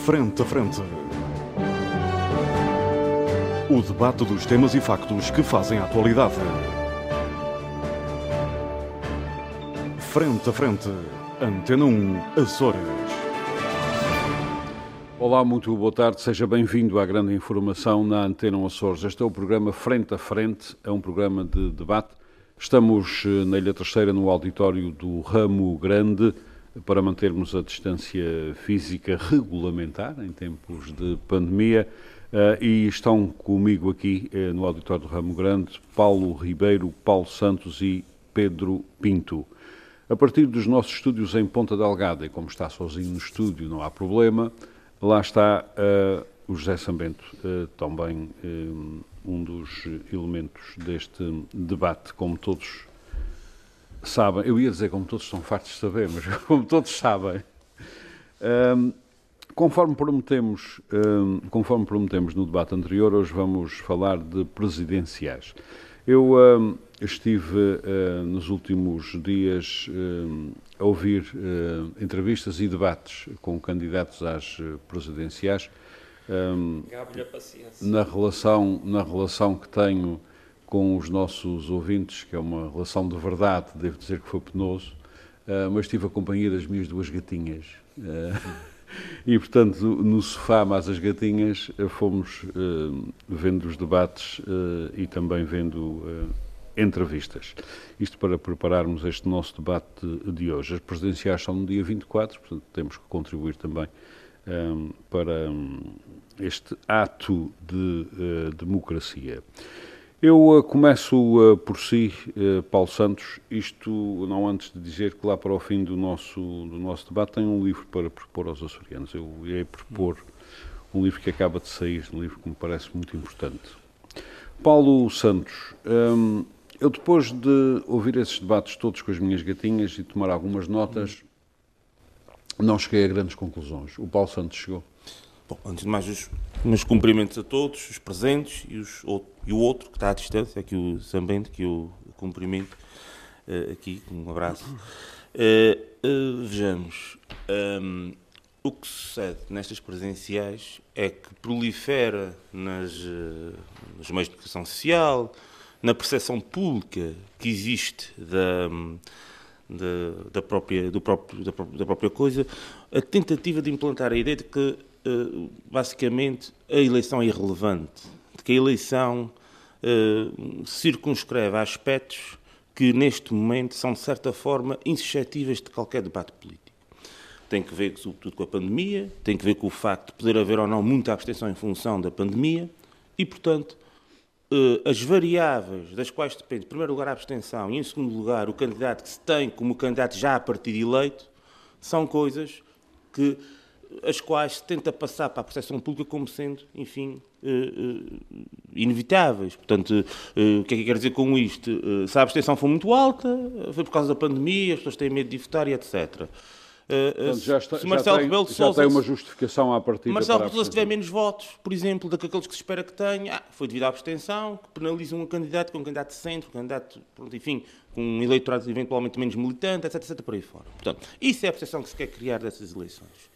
Frente a Frente. O debate dos temas e factos que fazem a atualidade. Frente a Frente. Antena 1, Açores. Olá, muito boa tarde. Seja bem-vindo à grande informação na Antena 1 Açores. Este é o programa Frente a Frente, é um programa de debate. Estamos na Ilha Terceira, no auditório do Ramo Grande, para mantermos a distância física regulamentar em tempos de pandemia. E estão comigo aqui no auditório do Ramo Grande Paulo Ribeiro, Paulo Santos e Pedro Pinto. A partir dos nossos estúdios em Ponta Delgada, e como está sozinho no estúdio, não há problema, lá está o José Sambento, também um dos elementos deste debate, como todos sabem. Eu ia dizer como todos estão fartos de saber, mas como todos sabem. Conforme prometemos no debate anterior, hoje vamos falar de presidenciais. Eu estive nos últimos dias a ouvir entrevistas e debates com candidatos às presidenciais na relação que tenho com os nossos ouvintes, que é uma relação de verdade, devo dizer que foi penoso, mas tive a companhia das minhas duas gatinhas. E, portanto, no sofá, mas as gatinhas, fomos vendo os debates e também vendo entrevistas. Isto para prepararmos este nosso debate de hoje. As presidenciais são no dia 24, portanto, temos que contribuir também para este ato de democracia. Eu começo por si, Paulo Santos, isto não antes de dizer que lá para o fim do nosso debate tem um livro para propor aos açorianos. Eu irei propor um livro que acaba de sair, um livro que me parece muito importante. Paulo Santos, eu depois de ouvir esses debates todos com as minhas gatinhas e tomar algumas notas, não cheguei a grandes conclusões. O Paulo Santos chegou. Bom, antes de mais, os meus cumprimentos a todos, os presentes e o outro que está à distância, aqui o Sambento, que eu cumprimento aqui, um abraço. Vejamos, o que sucede nestas presenciais é que prolifera nos meios de comunicação social, na percepção pública que existe da própria coisa, a tentativa de implantar a ideia de que basicamente a eleição é irrelevante, de que a eleição circunscreve aspectos que neste momento são de certa forma insuscetíveis de qualquer debate político. Tem que ver sobretudo com a pandemia, tem que ver com o facto de poder haver ou não muita abstenção em função da pandemia e, portanto, as variáveis das quais depende, em primeiro lugar, a abstenção e, em segundo lugar, o candidato que se tem como candidato já a partido eleito, são coisas as quais se tenta passar para a percepção pública como sendo, enfim, inevitáveis. Portanto, o que é que eu quero dizer com isto? Se a abstenção for muito alta, foi por causa da pandemia, as pessoas têm medo de votar e etc. Portanto, já tem uma justificação à partida. Marcelo Rebelo de Sousa tiver menos votos, por exemplo, daqueles que se espera que tenha, foi devido à abstenção, que penalizam um candidato que é um candidato de centro, um candidato, pronto, enfim, com um eleitorado eventualmente menos militante, etc, por aí fora. Portanto, isso é a percepção que se quer criar dessas eleições.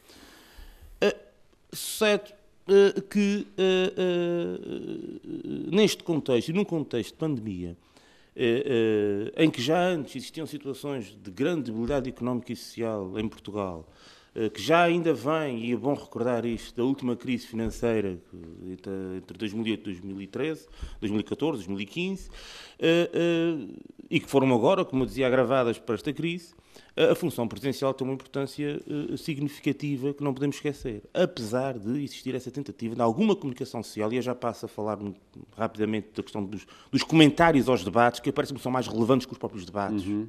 Sucede que neste contexto e num contexto de pandemia, em que já antes existiam situações de grande debilidade económica e social em Portugal, que já ainda vem, e é bom recordar isto, da última crise financeira entre 2008 e 2013, 2014, 2015, e que foram agora, como eu dizia, agravadas para esta crise, a função presidencial tem uma importância significativa que não podemos esquecer, apesar de existir essa tentativa de alguma comunicação social, e eu já passo a falar rapidamente da questão dos comentários aos debates, que parece-me que são mais relevantes que os próprios debates. Uhum.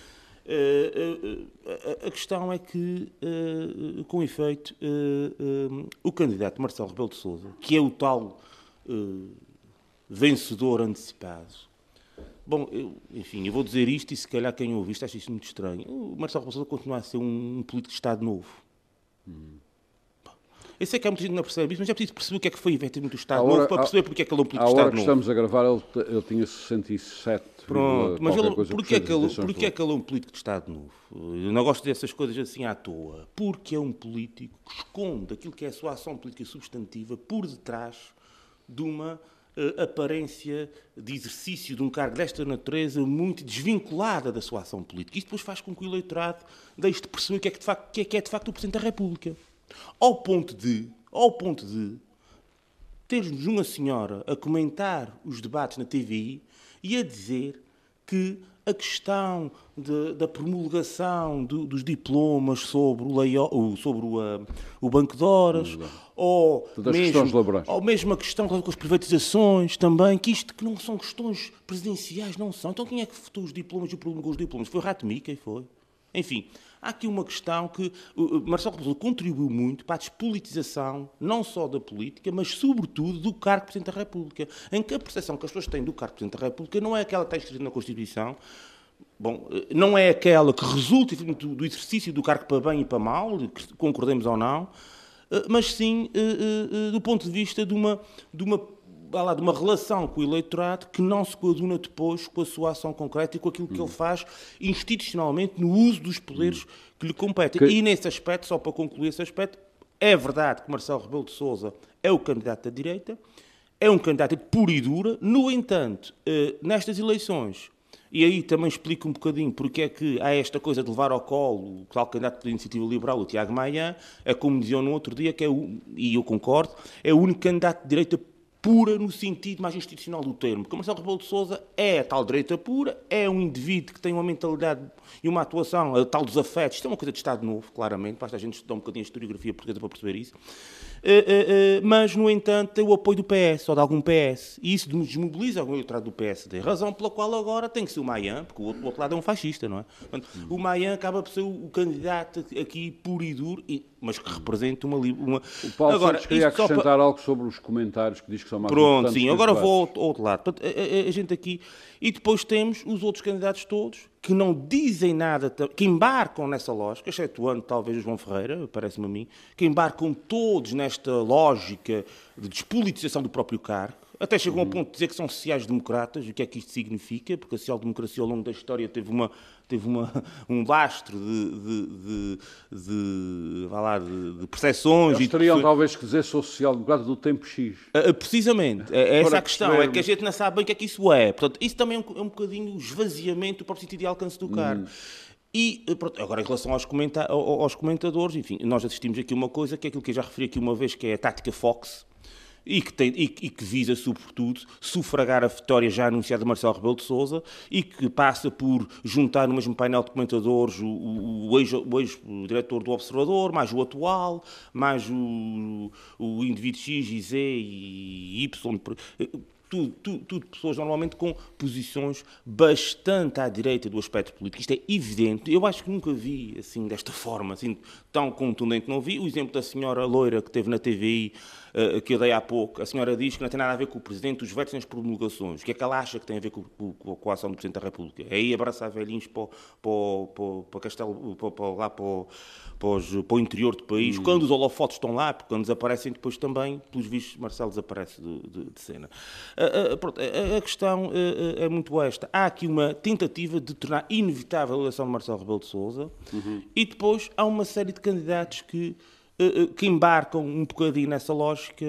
A questão é que, com efeito, o candidato Marcelo Rebelo de Sousa, que é o tal vencedor antecipado. Bom, eu vou dizer isto e se calhar quem ouve isto acha isto muito estranho. O Marcelo Rebelo de Sousa continua a ser um político de Estado novo. Eu sei que há muita gente que não percebe isso, mas é preciso perceber o que é que foi efetivamente o Estado Novo para perceber porque é que ele é um político de Estado Novo. À hora que estamos a gravar, ele tinha 67. Pronto, mas porquê é que ele é um político de Estado Novo? Eu não gosto dessas coisas assim à toa. Porque é um político que esconde aquilo que é a sua ação política substantiva por detrás de uma aparência de exercício de um cargo desta natureza muito desvinculada da sua ação política. Isso depois faz com que o eleitorado deixe de perceber o que é de facto o Presidente da República. Ao ponto de termos uma senhora a comentar os debates na TVI e a dizer que a questão da promulgação dos diplomas sobre o Banco de Horas, ou mesmo a questão com as privatizações também, que não são questões presidenciais, não são. Então quem é que votou os diplomas e promulgou os diplomas? Foi o Rato Mickey, foi? Enfim, há aqui uma questão que Marcelo Rebelo de Sousa contribuiu muito para a despolitização, não só da política, mas sobretudo do cargo de Presidente da República, em que a percepção que as pessoas têm do cargo de Presidente da República não é aquela que está escrita na Constituição, não é aquela que resulta do exercício do cargo para bem e para mal, que concordemos ou não, mas sim do ponto de vista de uma relação com o eleitorado que não se coaduna depois com a sua ação concreta e com aquilo que ele faz institucionalmente no uso dos poderes que lhe competem. E nesse aspecto, só para concluir esse aspecto, é verdade que Marcelo Rebelo de Sousa é o candidato da direita, é um candidato puro e duro. No entanto, nestas eleições, e aí também explico um bocadinho porque é que há esta coisa de levar ao colo o tal candidato da Iniciativa Liberal, o Tiago Maia, é como diziam no outro dia, e eu concordo, é o único candidato de direita pura no sentido mais institucional do termo. Porque o Marcelo Rebelo de Sousa é a tal direita pura, é um indivíduo que tem uma mentalidade e uma atuação, a tal dos afetos. Isto é uma coisa de Estado Novo, claramente, basta a gente estudar um bocadinho a historiografia portuguesa para perceber isso. Mas, no entanto, tem o apoio do PS, ou de algum PS. E isso desmobiliza algum eleitorado do PSD. Razão pela qual agora tem que ser o Maia, porque o outro lado é um fascista, não é? Portanto, o Maia acaba por ser o candidato aqui puro e duro, mas que representa uma... O Paulo agora, Santos queria acrescentar algo sobre os comentários que diz que são mais importantes. Pronto, sim, agora vou ao outro lado. Portanto, a gente aqui... E depois temos os outros candidatos todos que não dizem nada, que embarcam nessa lógica, excetuando talvez o João Ferreira, parece-me a mim, que embarcam todos nesta lógica de despolitização do próprio cargo. Até chegam ao ponto de dizer que são sociais-democratas. O que é que isto significa? Porque a social-democracia ao longo da história teve um lastro de percepções. Eles teriam talvez que dizer social-democrata do tempo X. Precisamente. É essa a questão. É que a gente não sabe bem o que é que isso é. Portanto, isso também é um bocadinho o esvaziamento do próprio sentido de alcance do cargo. E, pronto, agora, em relação aos comentadores, enfim, nós assistimos aqui uma coisa, que é aquilo que eu já referi aqui uma vez, que é a tática Fox, e que visa, sobretudo, sufragar a vitória já anunciada de Marcelo Rebelo de Sousa e que passa por juntar no mesmo painel de comentadores o ex-diretor do Observador, mais o atual, mais o indivíduo X, Z e Y... Tudo pessoas normalmente com posições bastante à direita do aspecto político. Isto é evidente. Eu acho que nunca vi assim, desta forma, assim, tão contundente. Não vi o exemplo da senhora loira que teve na TVI, que eu dei há pouco. A senhora diz que não tem nada a ver com o Presidente, os vetos nas promulgações. O que é que ela acha que tem a ver com a ação do Presidente da República? É aí abraçar velhinhos para Castelo, para o interior do país, quando os holofotes estão lá, porque quando desaparecem depois também, pelos vistos, Marcelo desaparece de cena. A questão é muito esta. Há aqui uma tentativa de tornar inevitável a eleição de Marcelo Rebelo de Sousa e depois há uma série de candidatos que embarcam um bocadinho nessa lógica,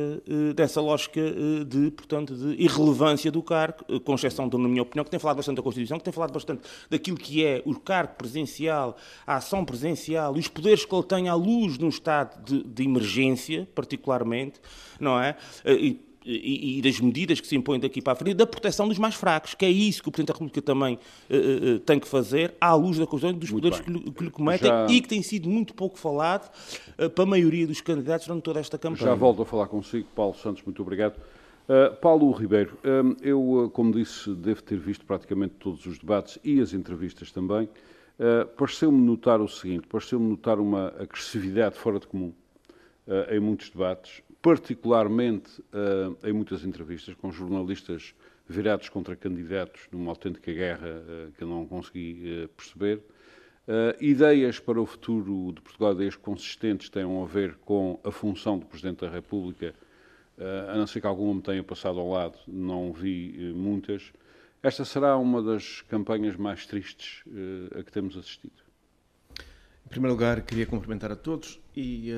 de irrelevância do cargo, com exceção, na minha opinião, que tem falado bastante da Constituição, que tem falado bastante daquilo que é o cargo presencial, a ação presencial e os poderes que ele tem à luz de um estado de emergência, particularmente, não é? E das medidas que se impõem daqui para a frente, da proteção dos mais fracos, que é isso que o Presidente da República também tem que fazer, à luz da questão dos poderes que lhe cometem e que tem sido muito pouco falado para a maioria dos candidatos durante toda esta campanha. Já volto a falar consigo, Paulo Santos, muito obrigado. Paulo Ribeiro, eu, como disse, devo ter visto praticamente todos os debates e as entrevistas também. Pareceu-me notar o seguinte, pareceu-me notar uma agressividade fora de comum em muitos debates, particularmente em muitas entrevistas com jornalistas virados contra candidatos numa autêntica guerra que eu não consegui perceber. Ideias para o futuro de Portugal, ideias consistentes, tenham a ver com a função do Presidente da República, a não ser que alguma me tenha passado ao lado, não vi muitas. Esta será uma das campanhas mais tristes a que temos assistido. Em primeiro lugar, queria cumprimentar a todos e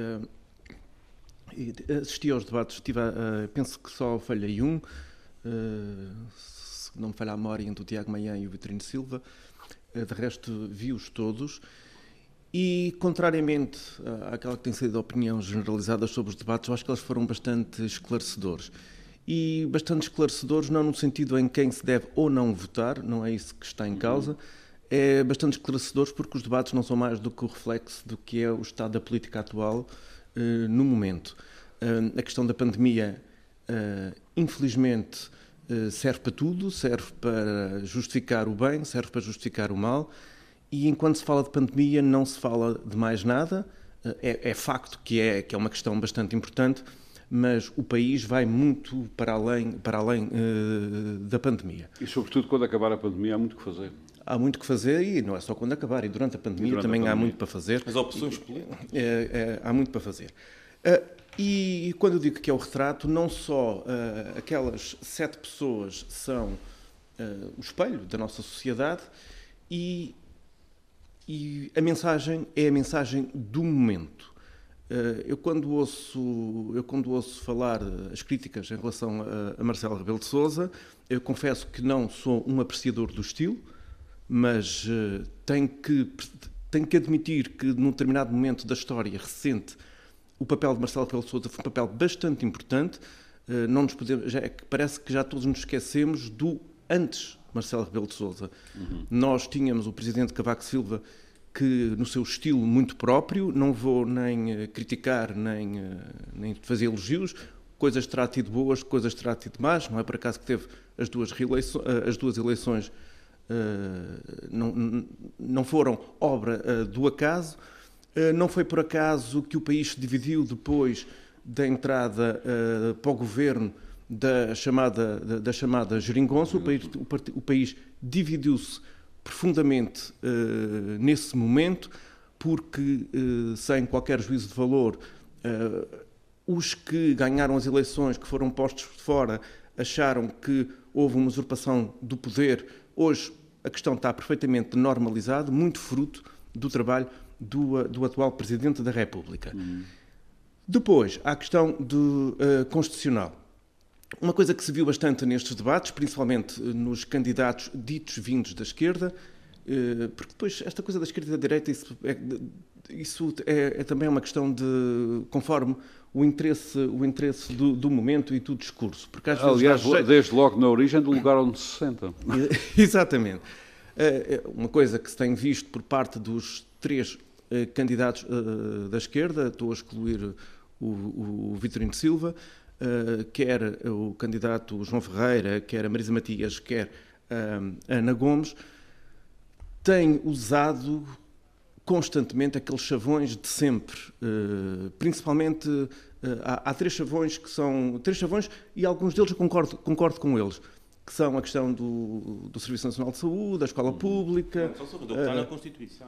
assisti aos debates. Penso que só falhei um, se não me falha a memória, entre o Tiago Maia e o Vitorino Silva. De resto, vi-os todos. E, contrariamente àquela que tem sido a opinião generalizada sobre os debates, eu acho que eles foram bastante esclarecedores. E bastante esclarecedores não no sentido em quem se deve ou não votar, não é isso que está em causa, é bastante esclarecedores porque os debates não são mais do que o reflexo do que é o estado da política atual no momento. A questão da pandemia, infelizmente, serve para tudo, serve para justificar o bem, serve para justificar o mal, e enquanto se fala de pandemia não se fala de mais nada. É facto que é uma questão bastante importante, mas o país vai muito para além da pandemia. E, sobretudo, quando acabar a pandemia, há muito que fazer. Há muito que fazer, e não é só quando acabar, e durante a pandemia também há muito para fazer. As opções políticas. Há muito para fazer. E quando eu digo que é o retrato, não só aquelas 7 pessoas são o espelho da nossa sociedade, e a mensagem é a mensagem do momento. Eu quando ouço falar as críticas em relação a Marcelo Rebelo de Sousa, eu confesso que não sou um apreciador do estilo, mas tenho que admitir que num determinado momento da história recente o papel de Marcelo Rebelo de Sousa foi um papel bastante importante. Não nos podemos, parece que já todos nos esquecemos do antes Marcelo Rebelo de Sousa. Nós tínhamos o presidente Cavaco Silva, que no seu estilo muito próprio, não vou nem criticar, nem fazer elogios, coisas terá tido boas, coisas terá tido más, não é por acaso que teve as duas eleições, não foram obra do acaso, não foi por acaso que o país se dividiu depois da entrada para o governo da chamada geringonça. O país dividiu-se profundamente nesse momento, porque, sem qualquer juízo de valor, os que ganharam as eleições, que foram postos de fora, acharam que houve uma usurpação do poder. Hoje a questão está perfeitamente normalizada, muito fruto do trabalho do atual Presidente da República. Depois, há a questão constitucional. Uma coisa que se viu bastante nestes debates, principalmente nos candidatos ditos vindos da esquerda, porque depois esta coisa da esquerda e da direita, isso é também uma questão de conforme o interesse do momento e do discurso. Porque às vezes aliás, desde logo na origem do lugar onde se senta. Exatamente. Uma coisa que se tem visto por parte dos 3 candidatos da esquerda, estou a excluir o Vitorino Silva, quer o candidato João Ferreira, quer a Marisa Matias, quer a Ana Gomes, têm usado constantemente aqueles chavões de sempre. Principalmente, há 3 chavões que são 3 chavões, e alguns deles eu concordo com eles, que são a questão do Serviço Nacional de Saúde, da escola pública. Não, só sobre o que está na Constituição.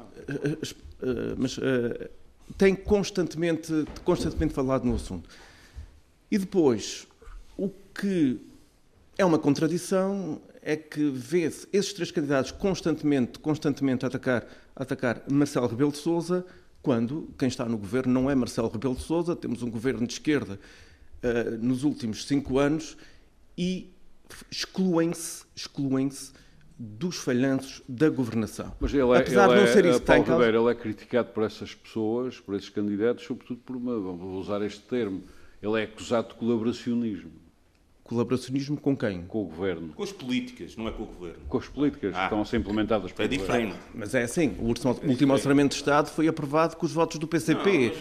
Mas tem constantemente falado no assunto. E depois, o que é uma contradição é que vê-se esses 3 candidatos constantemente a atacar Marcelo Rebelo de Sousa, quando quem está no governo não é Marcelo Rebelo de Sousa. Temos um governo de esquerda nos últimos 5 anos e excluem-se dos falhanços da governação. Mas apesar de não ser isso, Paulo Ribeiro, ele é criticado por essas pessoas, por esses candidatos, sobretudo vou usar este termo, ele é acusado de colaboracionismo. Colaboracionismo com quem? Com o governo. Com as políticas, não é com o governo. Com as políticas que estão a ser implementadas pelo governo. É diferente. Mas é assim, o último Orçamento de Estado foi aprovado com os votos do PCP.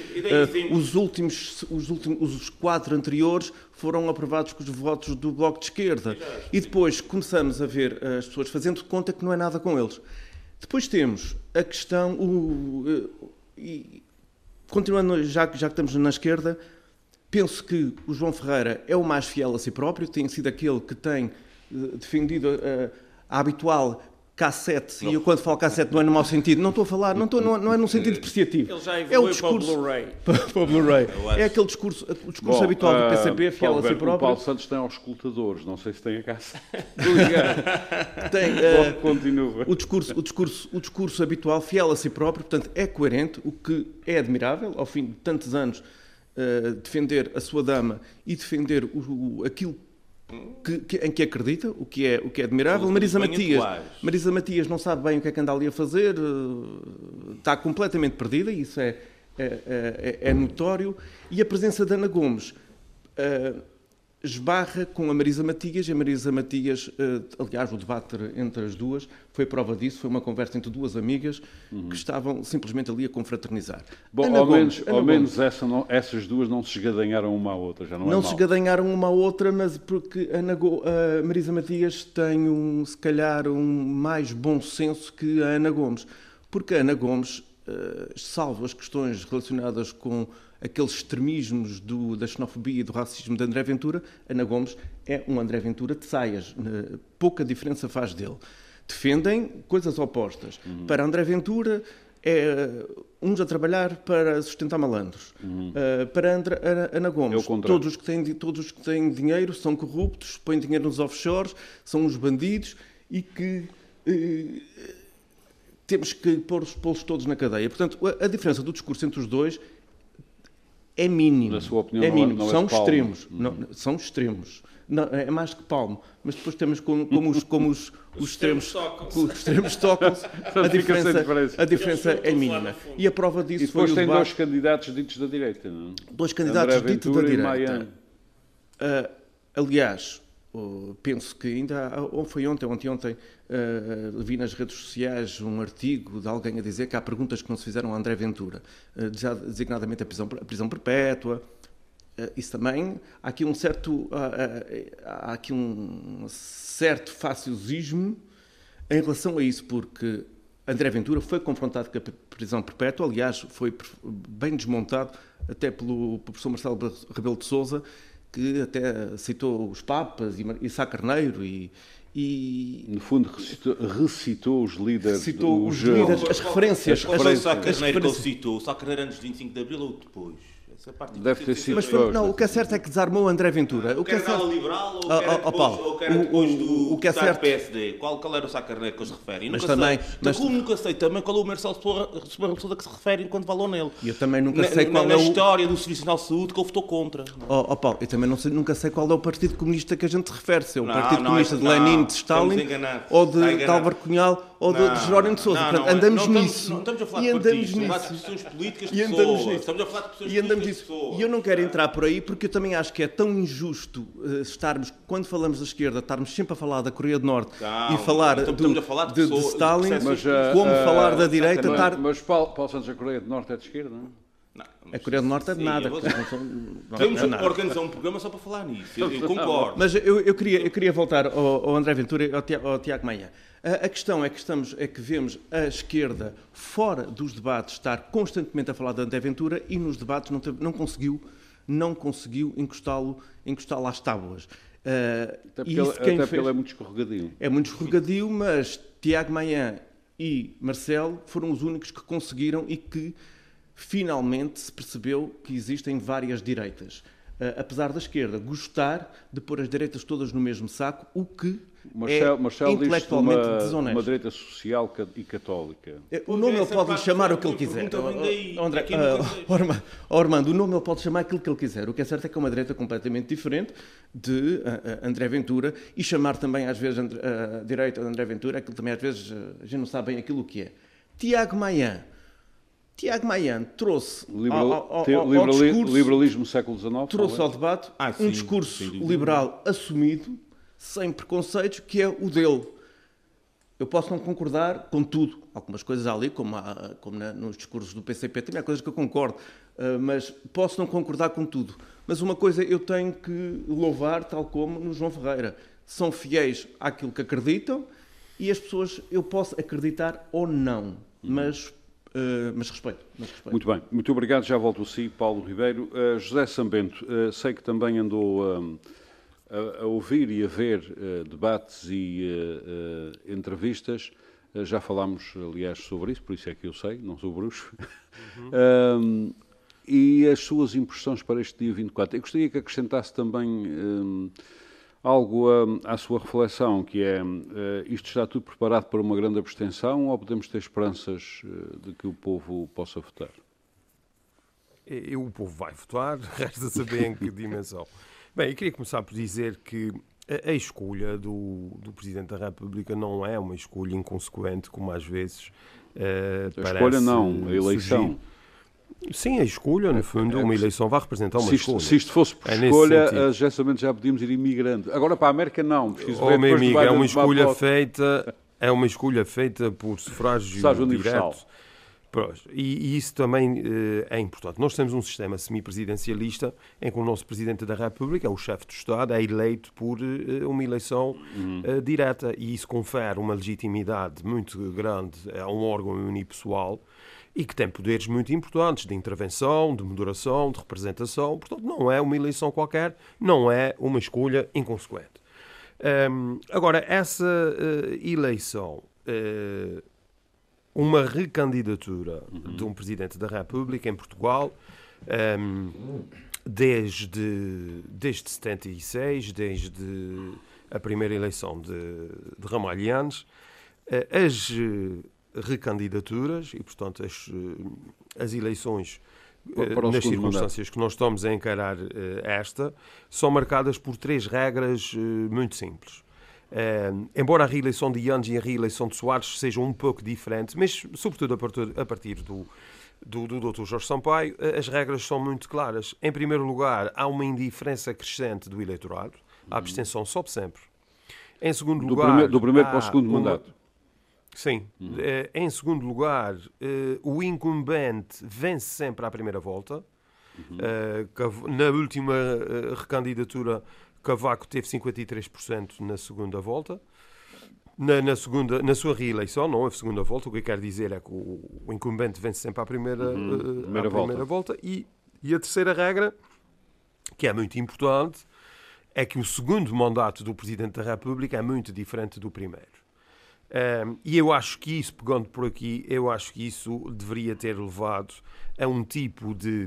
Os 4 anteriores foram aprovados com os votos do Bloco de Esquerda. E depois começamos a ver as pessoas fazendo de conta que não é nada com eles. Depois temos a questão... continuando, já que estamos na esquerda, penso que o João Ferreira é o mais fiel a si próprio, tem sido aquele que tem defendido a habitual cassete, e eu quando falo cassete não é no mau sentido, não estou a falar, não é num sentido depreciativo. Ele já É o evoluiu para o discurso Blu-ray. para o Blu-ray. É aquele discurso, o discurso habitual do PCP, fiel a si O próprio. Paulo Santos tem aos escutadores, não sei se tem a cassete. Tem, Continua. o discurso habitual, fiel a si próprio, portanto, é coerente, o que é admirável, ao fim de tantos anos, defender a sua dama e defender aquilo em que acredita, o que é admirável. Marisa Matias não sabe bem o que é que anda ali a fazer, está completamente perdida, e isso é notório. E a presença de Ana Gomes esbarra com a Marisa Matias, e a Marisa Matias, aliás, o debate entre as duas foi prova disso, foi uma conversa entre duas amigas que estavam simplesmente ali a confraternizar. Bom, ao menos essas duas não se esgadanharam uma à outra, já não é Não mal. se esgadanharam uma à outra, mas porque a Marisa Matias tem, se calhar, mais bom senso que a Ana Gomes. Porque a Ana Gomes, salvo as questões relacionadas com aqueles extremismos da xenofobia e do racismo de André Ventura, Ana Gomes é um André Ventura de saias. Pouca diferença faz dele. Defendem coisas opostas. Para André Ventura, uns a trabalhar para sustentar malandros. Para Ana Gomes, todos os que têm dinheiro são corruptos, põem dinheiro nos offshores, são uns bandidos e que temos que pô-los todos na cadeia. Portanto, a diferença do discurso entre os dois é mínimo. Na sua opinião, é mínimo. não é são palmo. extremos. Não, são extremos. Não, é mais que palmo. Mas depois temos como os extremos tocam-se, a diferença é mínima. E a prova disso E depois foi o tem debate. dois candidatos ditos da direita, não é? Dois candidatos André ditos da Ventura e direita. Maia. Aliás, penso que ou foi ontem, vi nas redes sociais um artigo de alguém a dizer que há perguntas que não se fizeram a André Ventura, já designadamente a prisão perpétua. Isso também, há aqui um certo faciosismo em relação a isso, porque André Ventura foi confrontado com a prisão perpétua, aliás, foi bem desmontado até pelo professor Marcelo Rebelo de Sousa, que até citou os Papas e Sá Carneiro No fundo, recitou os líderes. As referências. Qual foi o Sá Carneiro que ele citou? O Sá Carneiro antes de 25 de Abril ou depois? Essa parte Deve ter sido. Mas o que é certo é que desarmou André Ventura. O que é certo... liberal ou quer depois do PSD? Qual era o Sá Carneiro que eles referem? Nunca sei também qual é o Marcelo Rebelo de Sousa que se refere enquanto falou nele. Eu também nunca sei qual é a história do Serviço Nacional de Saúde que ele votou contra. Paulo, eu também nunca sei qual é o Partido Comunista que a gente se refere. Se é o Partido Comunista de Lenin, de Stalin, ou de Álvaro Cunhal, ou de Jerónimo de Sousa. Portanto, andamos nisso. Não estamos a falar de partidos, estamos a falar de posições políticas de pessoas. Estamos a falar de posições políticas de pessoas. E eu não quero entrar por aí, porque eu também acho que é tão injusto estarmos, quando falamos da esquerda, estarmos sempre a falar da Coreia do Norte e falar de Stalin, como falar da direita. Mas Paulo Santos, a Coreia do Norte é de esquerda, não? A Coreia do Norte é de nada. Podemos organizar um programa só para falar nisso, eu concordo. Mas eu queria voltar ao André Ventura e ao Tiago Maia. A questão é que vemos a esquerda, fora dos debates, estar constantemente a falar de André Ventura e nos debates não conseguiu encostá-lo às tábuas. Até porque ele é muito escorregadio. É muito escorregadio, mas Tiago Maia e Marcelo foram os únicos que conseguiram e que finalmente se percebeu que existem várias direitas. Apesar da esquerda gostar de pôr as direitas todas no mesmo saco, o que Marcelo intelectualmente diz desonesto. Uma direita social e católica. O nome ele pode lhe chamar o que ele quiser. Armando, o nome ele pode chamar aquilo que ele quiser. O que é certo é que é uma direita completamente diferente de André Ventura, e chamar também às vezes a direita de André Ventura, aquilo também às vezes a gente não sabe bem aquilo que é. Tiago Maia trouxe ao discurso, liberalismo século XIX, trouxe ao debate um discurso liberal assumido, sem preconceitos, que é o dele. Eu posso não concordar com tudo. Algumas coisas há ali, como nos discursos do PCP, também há coisas que eu concordo, mas posso não concordar com tudo. Mas uma coisa eu tenho que louvar, tal como no João Ferreira. São fiéis àquilo que acreditam, e as pessoas, eu posso acreditar ou não, mas respeito. Muito bem, muito obrigado. Já volto a si, Paulo Ribeiro. José Sambento, sei que também andou a ouvir e a ver debates e entrevistas. Já falámos, aliás, sobre isso, por isso é que eu sei, não sou bruxo. E as suas impressões para este dia 24. Eu gostaria que acrescentasse também algo à sua reflexão, que é, isto está tudo preparado para uma grande abstenção ou podemos ter esperanças de que o povo possa votar? O povo vai votar, resta saber em que dimensão. Bem, eu queria começar por dizer que a escolha do Presidente da República não é uma escolha inconsequente, como às vezes a escolha não, a eleição. Surgir. Sim, a escolha, no fundo, uma eleição vai representar uma escolha. Se isto fosse por escolha, já podíamos ir imigrando. Agora para a América não. Meu amigo, é uma escolha feita por sufrágio direto. E isso também é importante. Nós temos um sistema semipresidencialista em que o nosso Presidente da República, o chefe do Estado, é eleito por uma eleição direta, e isso confere uma legitimidade muito grande a um órgão unipessoal e que tem poderes muito importantes de intervenção, de moderação, de representação. Portanto, não é uma eleição qualquer, não é uma escolha inconsequente. Agora, essa eleição, uma recandidatura de um Presidente da República em Portugal, desde 76, desde a primeira eleição de Ramalhianes, as recandidaturas e, portanto, as eleições nas circunstâncias que nós estamos a encarar são marcadas por 3 regras muito simples. Embora a reeleição de Yanes e a reeleição de Soares sejam um pouco diferentes, mas sobretudo a partir do Dr. Jorge Sampaio, as regras são muito claras. Em primeiro lugar, há uma indiferença crescente do eleitorado, a abstenção sobe sempre. Em segundo lugar, do primeiro para o segundo mandato. Sim. Em segundo lugar, o incumbente vence sempre à primeira volta. Na última recandidatura, Cavaco teve 53% na segunda volta. Na sua reeleição, não houve segunda volta. O que eu quero dizer é que o incumbente vence sempre à primeira volta. E a terceira regra, que é muito importante, é que o segundo mandato do Presidente da República é muito diferente do primeiro. E eu acho que isso, pegando por aqui, eu acho que isso deveria ter levado a um tipo de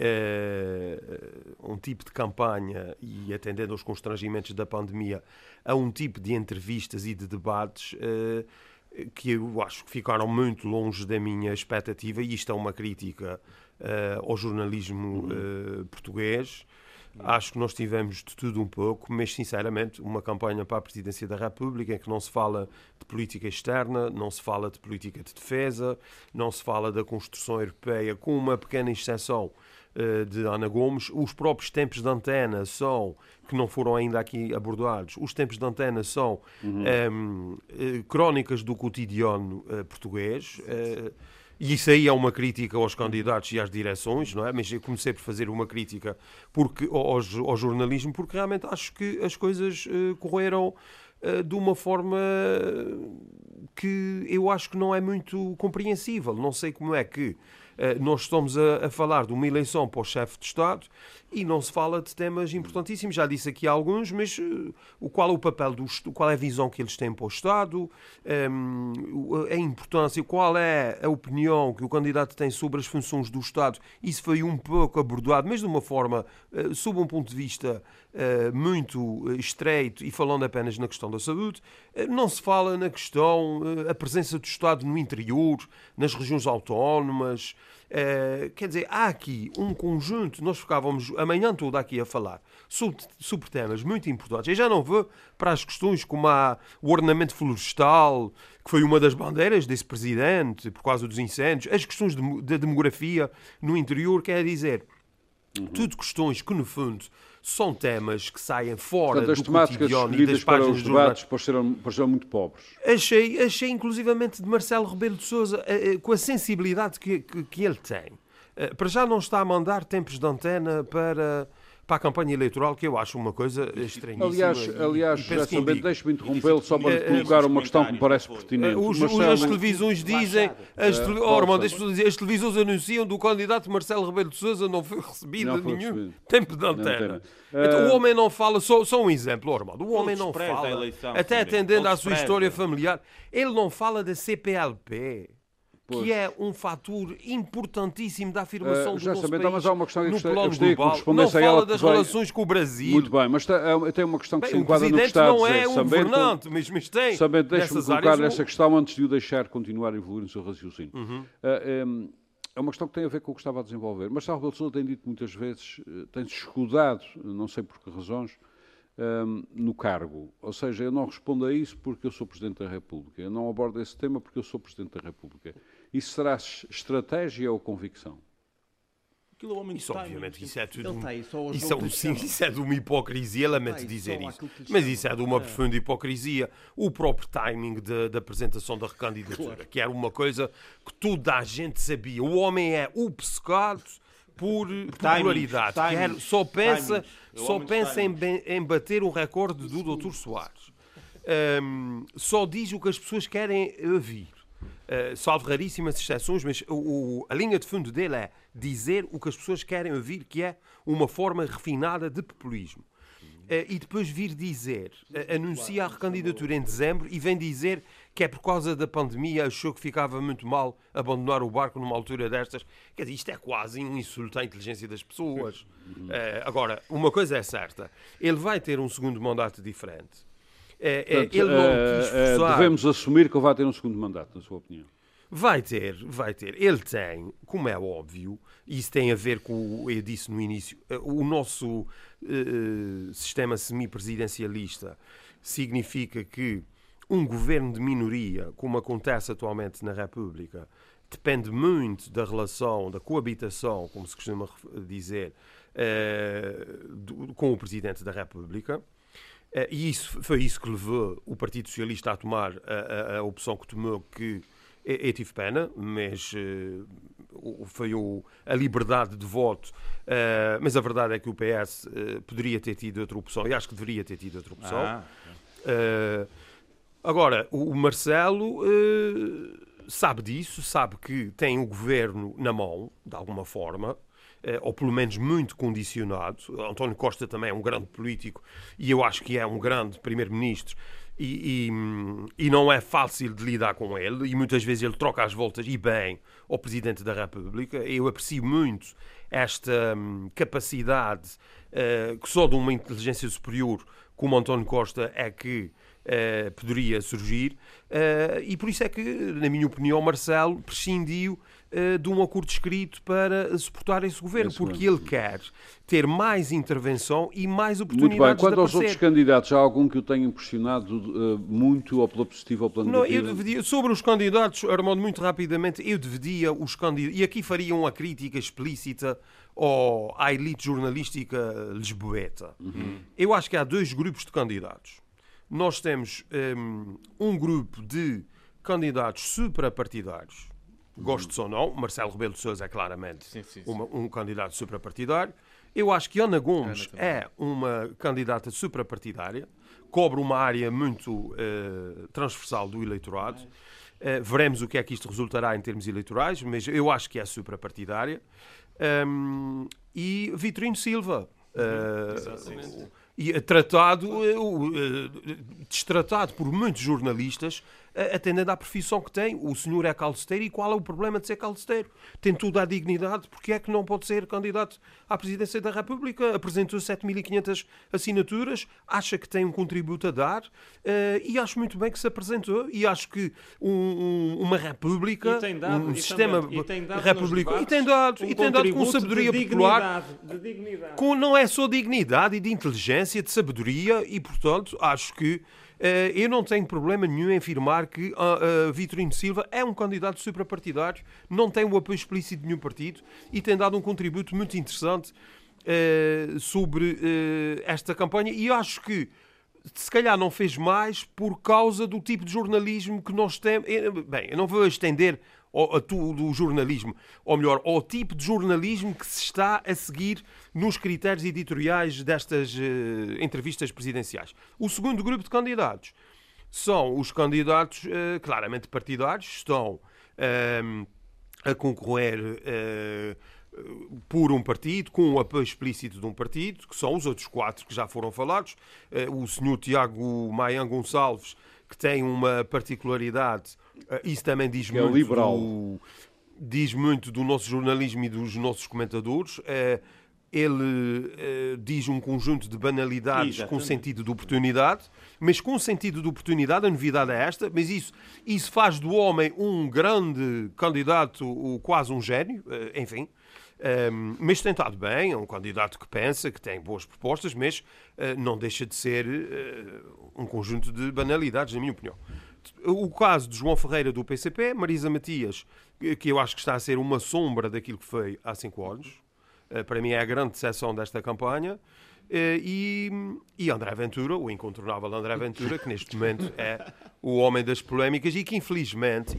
campanha, e atendendo aos constrangimentos da pandemia, a um tipo de entrevistas e de debates que eu acho que ficaram muito longe da minha expectativa, e isto é uma crítica ao jornalismo português. Acho que nós tivemos de tudo um pouco, mas sinceramente uma campanha para a Presidência da República em que não se fala de política externa, não se fala de política de defesa, não se fala da construção europeia, com uma pequena exceção de Ana Gomes. Os próprios tempos de antena são, que não foram ainda aqui abordados, os tempos de antena são crónicas do cotidiano português. E isso aí é uma crítica aos candidatos e às direções, não é? Mas eu comecei por fazer uma crítica ao jornalismo, porque realmente acho que as coisas correram de uma forma que eu acho que não é muito compreensível. Não sei como é que nós estamos a falar de uma eleição para o chefe de Estado e não se fala de temas importantíssimos. Já disse aqui alguns, mas qual é o papel qual é a visão que eles têm para o Estado, a importância, qual é a opinião que o candidato tem sobre as funções do Estado. Isso foi um pouco abordado, mas de uma forma, sob um ponto de vista muito estreito e falando apenas na questão da saúde. Não se fala na questão, a presença do Estado no interior, nas regiões autónomas. Quer dizer, há aqui um conjunto, nós ficávamos a manhã toda aqui a falar sobre temas muito importantes. Eu já não vou para as questões como o ordenamento florestal, que foi uma das bandeiras desse presidente por causa dos incêndios, as questões da demografia no interior, quer dizer, tudo questões que, no fundo, são temas que saem fora do cotidiano e das páginas dos debates pareceram muito pobres. Achei inclusivamente de Marcelo Rebelo de Sousa, com a sensibilidade que ele tem. Para já não está a mandar tempos de antena para para a campanha eleitoral, que eu acho uma coisa estranhíssima. Aliás, já sabendo, deixe-me interrompê-lo só para colocar uma questão que me parece pertinente. As televisões dizem, as televisões anunciam do candidato Marcelo Rebelo de Sousa não foi recebido nenhum tempo de antena. Então, o homem não fala, só um exemplo, Armando, o homem não fala, até atendendo à sua história familiar, ele não fala da CPLP. Que é um fator importantíssimo da afirmação do nosso país mas há uma questão no plano global. Não fala das relações com o Brasil. Muito bem, mas tem uma questão que se enquadra no que está a dizer. O Presidente não é um governante, mas tem. Deixe-me colocar essa questão antes de o deixar continuar a evoluir no seu raciocínio. É uma questão que tem a ver com o que estava a desenvolver. Marcelo Rebelo de Sousa tem dito muitas vezes, tem-se escudado, não sei por que razões, no cargo. Ou seja, eu não respondo a isso porque eu sou Presidente da República. Eu não abordo esse tema porque eu sou Presidente da República. Isso será estratégia ou convicção? Isso, obviamente, isso é tudo. Isso é de uma hipocrisia, lamento dizer isso. Mas isso é de uma profunda hipocrisia. O próprio timing da apresentação da recandidatura, que era uma coisa que toda a gente sabia. O homem é obcecado por popularidade. Só pensa em bater o recorde do Dr. Soares. Só diz o que as pessoas querem ouvir. Salvo raríssimas exceções, mas a linha de fundo dele é dizer o que as pessoas querem ouvir, que é uma forma refinada de populismo. E depois vir dizer, anuncia a recandidatura em dezembro e vem dizer que é por causa da pandemia, achou que ficava muito mal abandonar o barco numa altura destas. Quer dizer, isto é quase um insulto à inteligência das pessoas. Agora, uma coisa é certa, ele vai ter um segundo mandato diferente. Portanto, ele não quis forçar. Devemos assumir que ele vai ter um segundo mandato, na sua opinião? Vai ter. Ele tem, como é óbvio, e isso tem a ver com, eu disse no início, o nosso sistema semipresidencialista significa que um governo de minoria, como acontece atualmente na República, depende muito da relação, da coabitação, como se costuma dizer, com o Presidente da República. E foi isso que levou o Partido Socialista a tomar a opção que tomou, que eu tive pena, mas foi a liberdade de voto. Mas a verdade é que o PS poderia ter tido outra opção, e acho que deveria ter tido outra opção. Agora, o Marcelo sabe disso, sabe que tem o governo na mão, de alguma forma, ou pelo menos muito condicionado. António Costa também é um grande político e eu acho que é um grande primeiro-ministro e não é fácil de lidar com ele, e muitas vezes ele troca as voltas e bem ao Presidente da República. Eu aprecio muito esta capacidade que só de uma inteligência superior como António Costa é que poderia surgir, e por isso é que, na minha opinião, Marcelo prescindiu de um acordo escrito para suportar esse governo, porque ele quer ter mais intervenção e mais oportunidades. Muito bem. Quanto aos outros candidatos, há algum que o tenha impressionado muito ou pela positiva ou pela negativa? Sobre os candidatos, Armando, muito rapidamente, eu dividia os candidatos, e aqui faria uma crítica explícita à elite jornalística lisboeta. Eu acho que há dois grupos de candidatos. Nós temos um grupo de candidatos suprapartidários, gostos ou não. Marcelo Rebelo de Sousa é claramente um candidato suprapartidário. Eu acho que Ana Gomes é uma candidata suprapartidária, cobre uma área muito transversal do eleitorado. Veremos o que é que isto resultará em termos eleitorais, mas eu acho que é suprapartidária. E Vitorino Silva, e destratado por muitos jornalistas, atendendo à profissão que tem. O senhor é calceteiro, e qual é o problema de ser calceteiro? Tem tudo à dignidade, porque é que não pode ser candidato à presidência da República? Apresentou 7.500 assinaturas, acha que tem um contributo a dar, e acho muito bem que se apresentou, e acho que uma República, um sistema republicano, e tem dado com sabedoria popular, não é só dignidade e de inteligência, de sabedoria, e portanto acho que eu não tenho problema nenhum em afirmar que Vitorino Silva é um candidato suprapartidário, não tem o apoio explícito de nenhum partido e tem dado um contributo muito interessante sobre esta campanha, e acho que se calhar não fez mais por causa do tipo de jornalismo que nós temos. Bem, eu não vou estender do jornalismo, ou melhor, ao tipo de jornalismo que se está a seguir nos critérios editoriais destas entrevistas presidenciais. O segundo grupo de candidatos são os candidatos claramente partidários, estão a concorrer por um partido, com o apoio explícito de um partido, que são os outros 4 que já foram falados. O senhor Tiago Maia Gonçalves, que tem uma particularidade, isso também diz que muito, é liberal. Diz muito do nosso jornalismo e dos nossos comentadores. Ele diz um conjunto de banalidades. Exatamente. Com sentido de oportunidade, mas com sentido de oportunidade, a novidade é esta, mas isso faz do homem um grande candidato, quase um gênio, enfim. Mas tem estado bem, é um candidato que pensa, que tem boas propostas, mas não deixa de ser um conjunto de banalidades, na minha opinião. O caso de João Ferreira do PCP, Marisa Matias, que eu acho que está a ser uma sombra daquilo que foi há 5 anos, para mim é a grande decepção desta campanha, e André Ventura, o incontornável André Ventura, que neste momento é o homem das polémicas e que infelizmente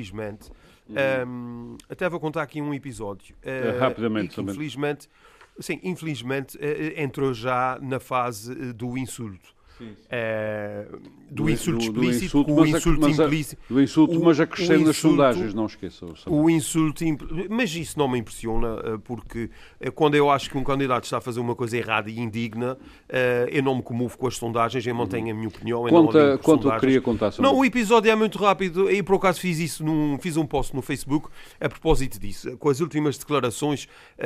até vou contar aqui um episódio. Rapidamente que, infelizmente entrou já na fase do insulto. Do insulto explícito, o insulto implícito. Do insulto, mas acrescendo nas sondagens, não esqueçam. O insulto mas isso não me impressiona, porque quando eu acho que um candidato está a fazer uma coisa errada e indigna, eu não me comovo com as sondagens, eu mantenho a minha opinião. Quanto eu queria contar sobre o episódio é muito rápido, e por acaso fiz um post no Facebook a propósito disso, com as últimas declarações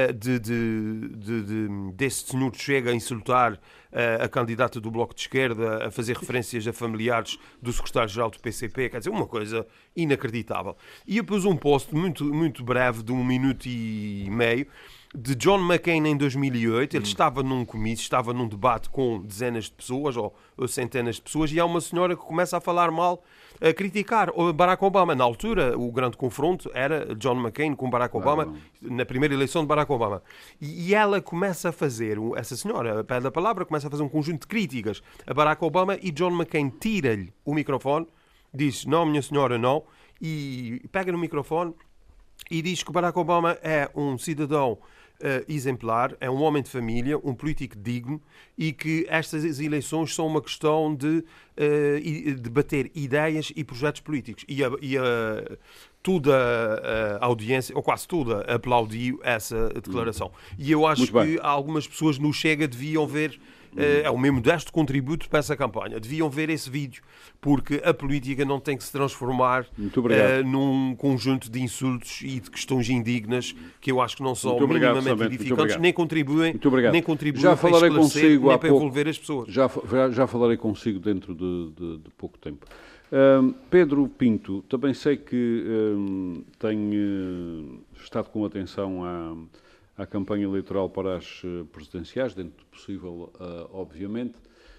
desse senhor que chega a insultar a candidata do Bloco de Esquerda, a fazer referências a familiares do secretário-geral do PCP, quer dizer, uma coisa inacreditável. E eu pus um post muito, muito breve, de 1 minuto e meio, de John McCain em 2008. Ele estava num comício, estava num debate com dezenas de pessoas, ou centenas de pessoas, e há uma senhora que começa a falar mal, a criticar o Barack Obama. Na altura, o grande confronto era John McCain com Barack Obama, na primeira eleição de Barack Obama. E ela começa a fazer, essa senhora, pede a palavra, começa a fazer um conjunto de críticas a Barack Obama, e John McCain tira-lhe o microfone, diz, não, minha senhora, não, e pega no microfone e diz que Barack Obama é um cidadão exemplar, é um homem de família, um político digno, e que estas eleições são uma questão de debater ideias e projetos políticos. Toda a audiência, ou quase toda, aplaudiu essa declaração. E eu acho que algumas pessoas no Chega deviam ver, é o meu modesto contributo para essa campanha, deviam ver esse vídeo, porque a política não tem que se transformar num conjunto de insultos e de questões indignas que eu acho que não são minimamente edificantes, nem contribuem já falarei para consigo nem para envolver as pessoas. Já falarei consigo dentro de pouco tempo. Pedro Pinto, também sei que tem estado com atenção à campanha eleitoral para as presidenciais, dentro do possível, obviamente.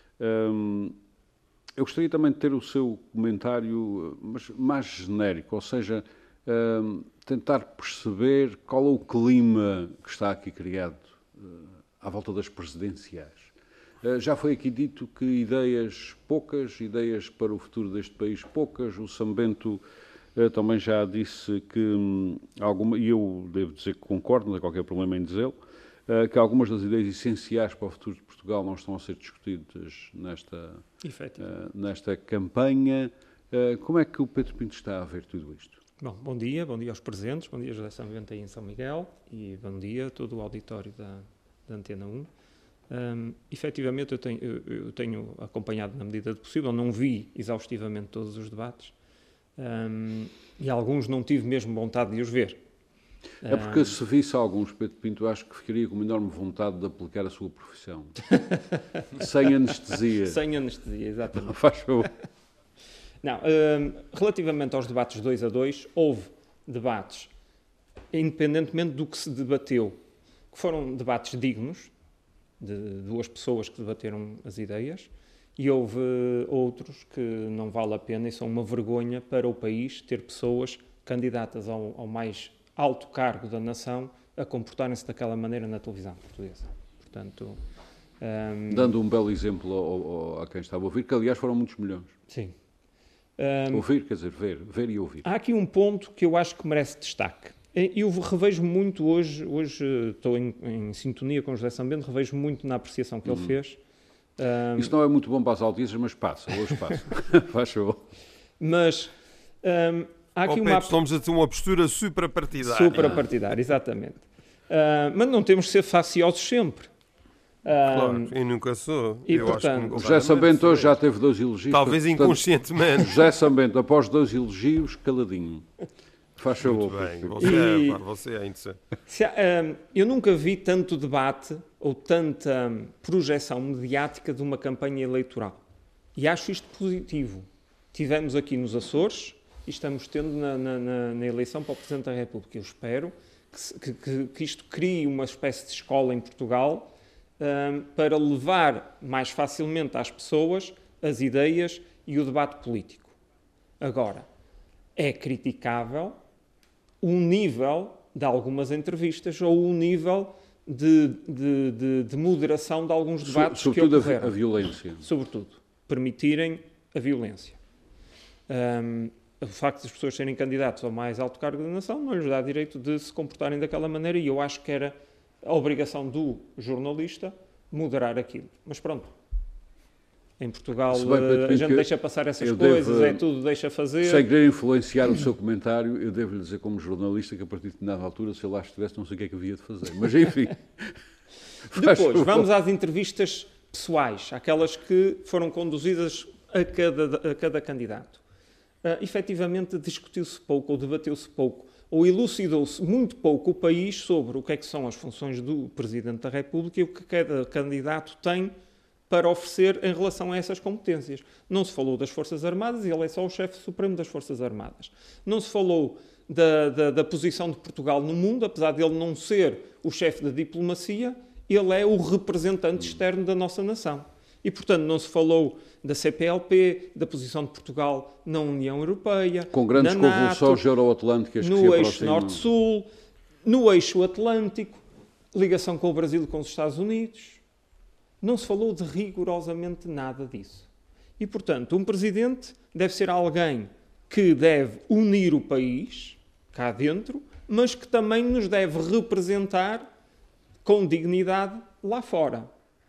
Eu gostaria também de ter o seu comentário, mas mais genérico, ou seja, tentar perceber qual é o clima que está aqui criado à volta das presidenciais. Já foi aqui dito que poucas ideias para o futuro deste país, poucas. O Sambento também já disse que e eu devo dizer que concordo, não há qualquer problema em dizê-lo, que algumas das ideias essenciais para o futuro de Portugal não estão a ser discutidas nesta campanha. Como é que o Pedro Pinto está a ver tudo isto? Bom dia aos presentes, bom dia José Sambento aí em São Miguel, e bom dia a todo o auditório da Antena 1. Efetivamente eu tenho acompanhado na medida do possível, não vi exaustivamente todos os debates, e alguns não tive mesmo vontade de os ver. É porque se visse alguns, Pedro Pinto, acho que ficaria com uma enorme vontade de aplicar a sua profissão. Sem anestesia. Sem anestesia, exatamente. Faz favor. Não, relativamente aos debates 2-2, houve debates, independentemente do que se debateu, que foram debates dignos, de duas pessoas que debateram as ideias, e houve outros que não vale a pena e são uma vergonha para o país ter pessoas candidatas ao mais alto cargo da nação a comportarem-se daquela maneira na televisão portuguesa. Portanto, dando um belo exemplo a quem estava a ouvir, que aliás foram muitos milhões. Sim. Ouvir, quer dizer, ver e ouvir. Há aqui um ponto que eu acho que merece destaque. Eu revejo muito hoje estou em sintonia com o José Sambento, revejo muito na apreciação que ele fez. Isso não é muito bom para as audiências, mas hoje passa. Faz favor. Mas há aqui estamos a ter uma postura suprapartidária. Suprapartidária, exatamente. Mas não temos que ser faciosos sempre. Claro, eu nunca sou. E, eu portanto, acho que José Sambento hoje já teve 2 elogios. talvez portanto, inconscientemente. José Sambento, após 2 elogios, caladinho. Faz favor. Muito bem, E- você é interessante. Eu nunca vi tanto debate ou tanta projeção mediática de uma campanha eleitoral. E acho isto positivo. Tivemos aqui nos Açores e estamos tendo na eleição para o Presidente da República. Eu espero que isto crie uma espécie de escola em Portugal para levar mais facilmente às pessoas as ideias e o debate político. Agora, é criticável o nível de algumas entrevistas ou o nível de moderação de alguns debates que Sobretudo ocorreram. a violência. Sobretudo, permitirem a violência. O facto de as pessoas serem candidatos ao mais alto cargo da nação não lhes dá direito de se comportarem daquela maneira e eu acho que era a obrigação do jornalista moderar aquilo. Mas pronto. Em Portugal Se bem, Pedro a Pinto, gente deixa passar essas eu coisas, devo- é tudo deixa fazer. Sem querer influenciar o seu comentário, eu devo-lhe dizer como jornalista que a partir de determinada altura, se eu lá estivesse, não sei o que é que havia de fazer. Mas enfim. Faz Depois, favor. vamos às entrevistas pessoais, aquelas que foram conduzidas a cada candidato. Efetivamente, discutiu-se pouco, ou debateu-se pouco, ou elucidou-se muito pouco o país sobre o que é que são as funções do Presidente da República e o que cada candidato tem para oferecer em relação a essas competências. Não se falou das Forças Armadas e ele é só o chefe supremo das Forças Armadas. Não se falou da posição de Portugal no mundo, apesar de ele não ser o chefe da diplomacia, ele é o representante externo da nossa nação. E, portanto, não se falou da CPLP, da posição de Portugal na União Europeia, Com grandes na NATO, convulsões euroatlânticas que se no eixo aproximam. Norte-Sul, no eixo Atlântico, ligação com o Brasil e com os Estados Unidos. Não se falou de rigorosamente nada disso. E, portanto, um presidente deve ser alguém que deve unir o país, cá dentro, mas que também nos deve representar com dignidade lá fora.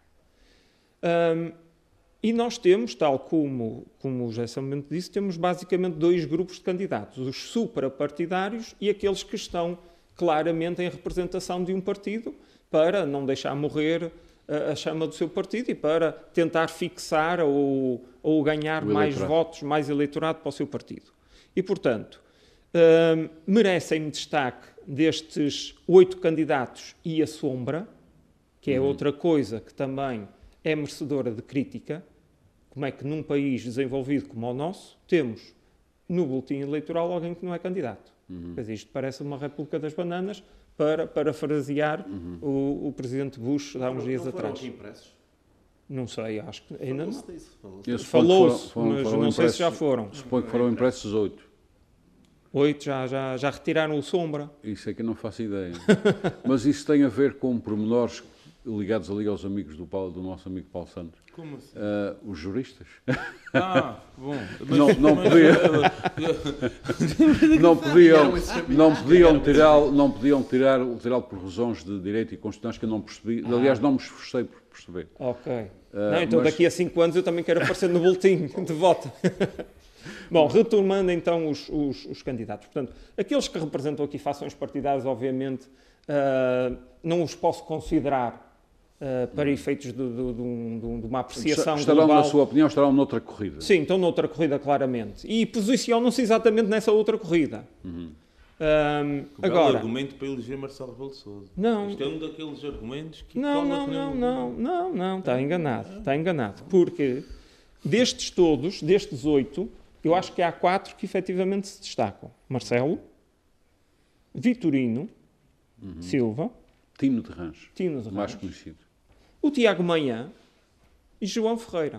E nós temos, tal como o José Sambento disse, temos basicamente 2 grupos de candidatos, os suprapartidários e aqueles que estão claramente em representação de um partido para não deixar morrer a chama do seu partido e para tentar fixar ou ganhar mais votos, mais eleitorado para o seu partido. E, portanto, merecem destaque destes 8 candidatos e a sombra, que é outra coisa que também é merecedora de crítica. Como é que num país desenvolvido como o nosso, temos no boletim eleitoral alguém que não é candidato? Quer dizer, isto parece uma República das Bananas, para parafrasear o presidente Bush de há uns dias atrás. Não sei, acho que ainda não. Falou-se, mas não sei se já foram. Suponho que foram impressos 8. 8 já retiraram o sombra. Isso é que eu não faço ideia. Mas isso tem a ver com pormenores ligados ali aos amigos do nosso amigo Paulo Santos. Como assim? Os juristas. Bom. Não podiam tirá-lo por razões de direito e constitucionais que eu não percebi. Aliás, não me esforcei por perceber. Ok. Então daqui a 5 anos eu também quero aparecer no boletim de voto. Bom, retomando então os candidatos. Portanto, aqueles que representam aqui fações partidárias, obviamente, não os posso considerar para efeitos de uma apreciação Estarão, global. na sua opinião, estarão noutra corrida. Sim, estão noutra corrida, claramente. E posicionam-se exatamente nessa outra corrida. Agora, argumento para eleger Marcelo Rebelo de Sousa. Não. Isto é um daqueles argumentos que... Não, está enganado. Porque destes 8, eu acho que há 4 que efetivamente se destacam. Marcelo, Vitorino, Silva, Tino de Rancho, mais mais conhecido. O Tiago Manhã e João Ferreira.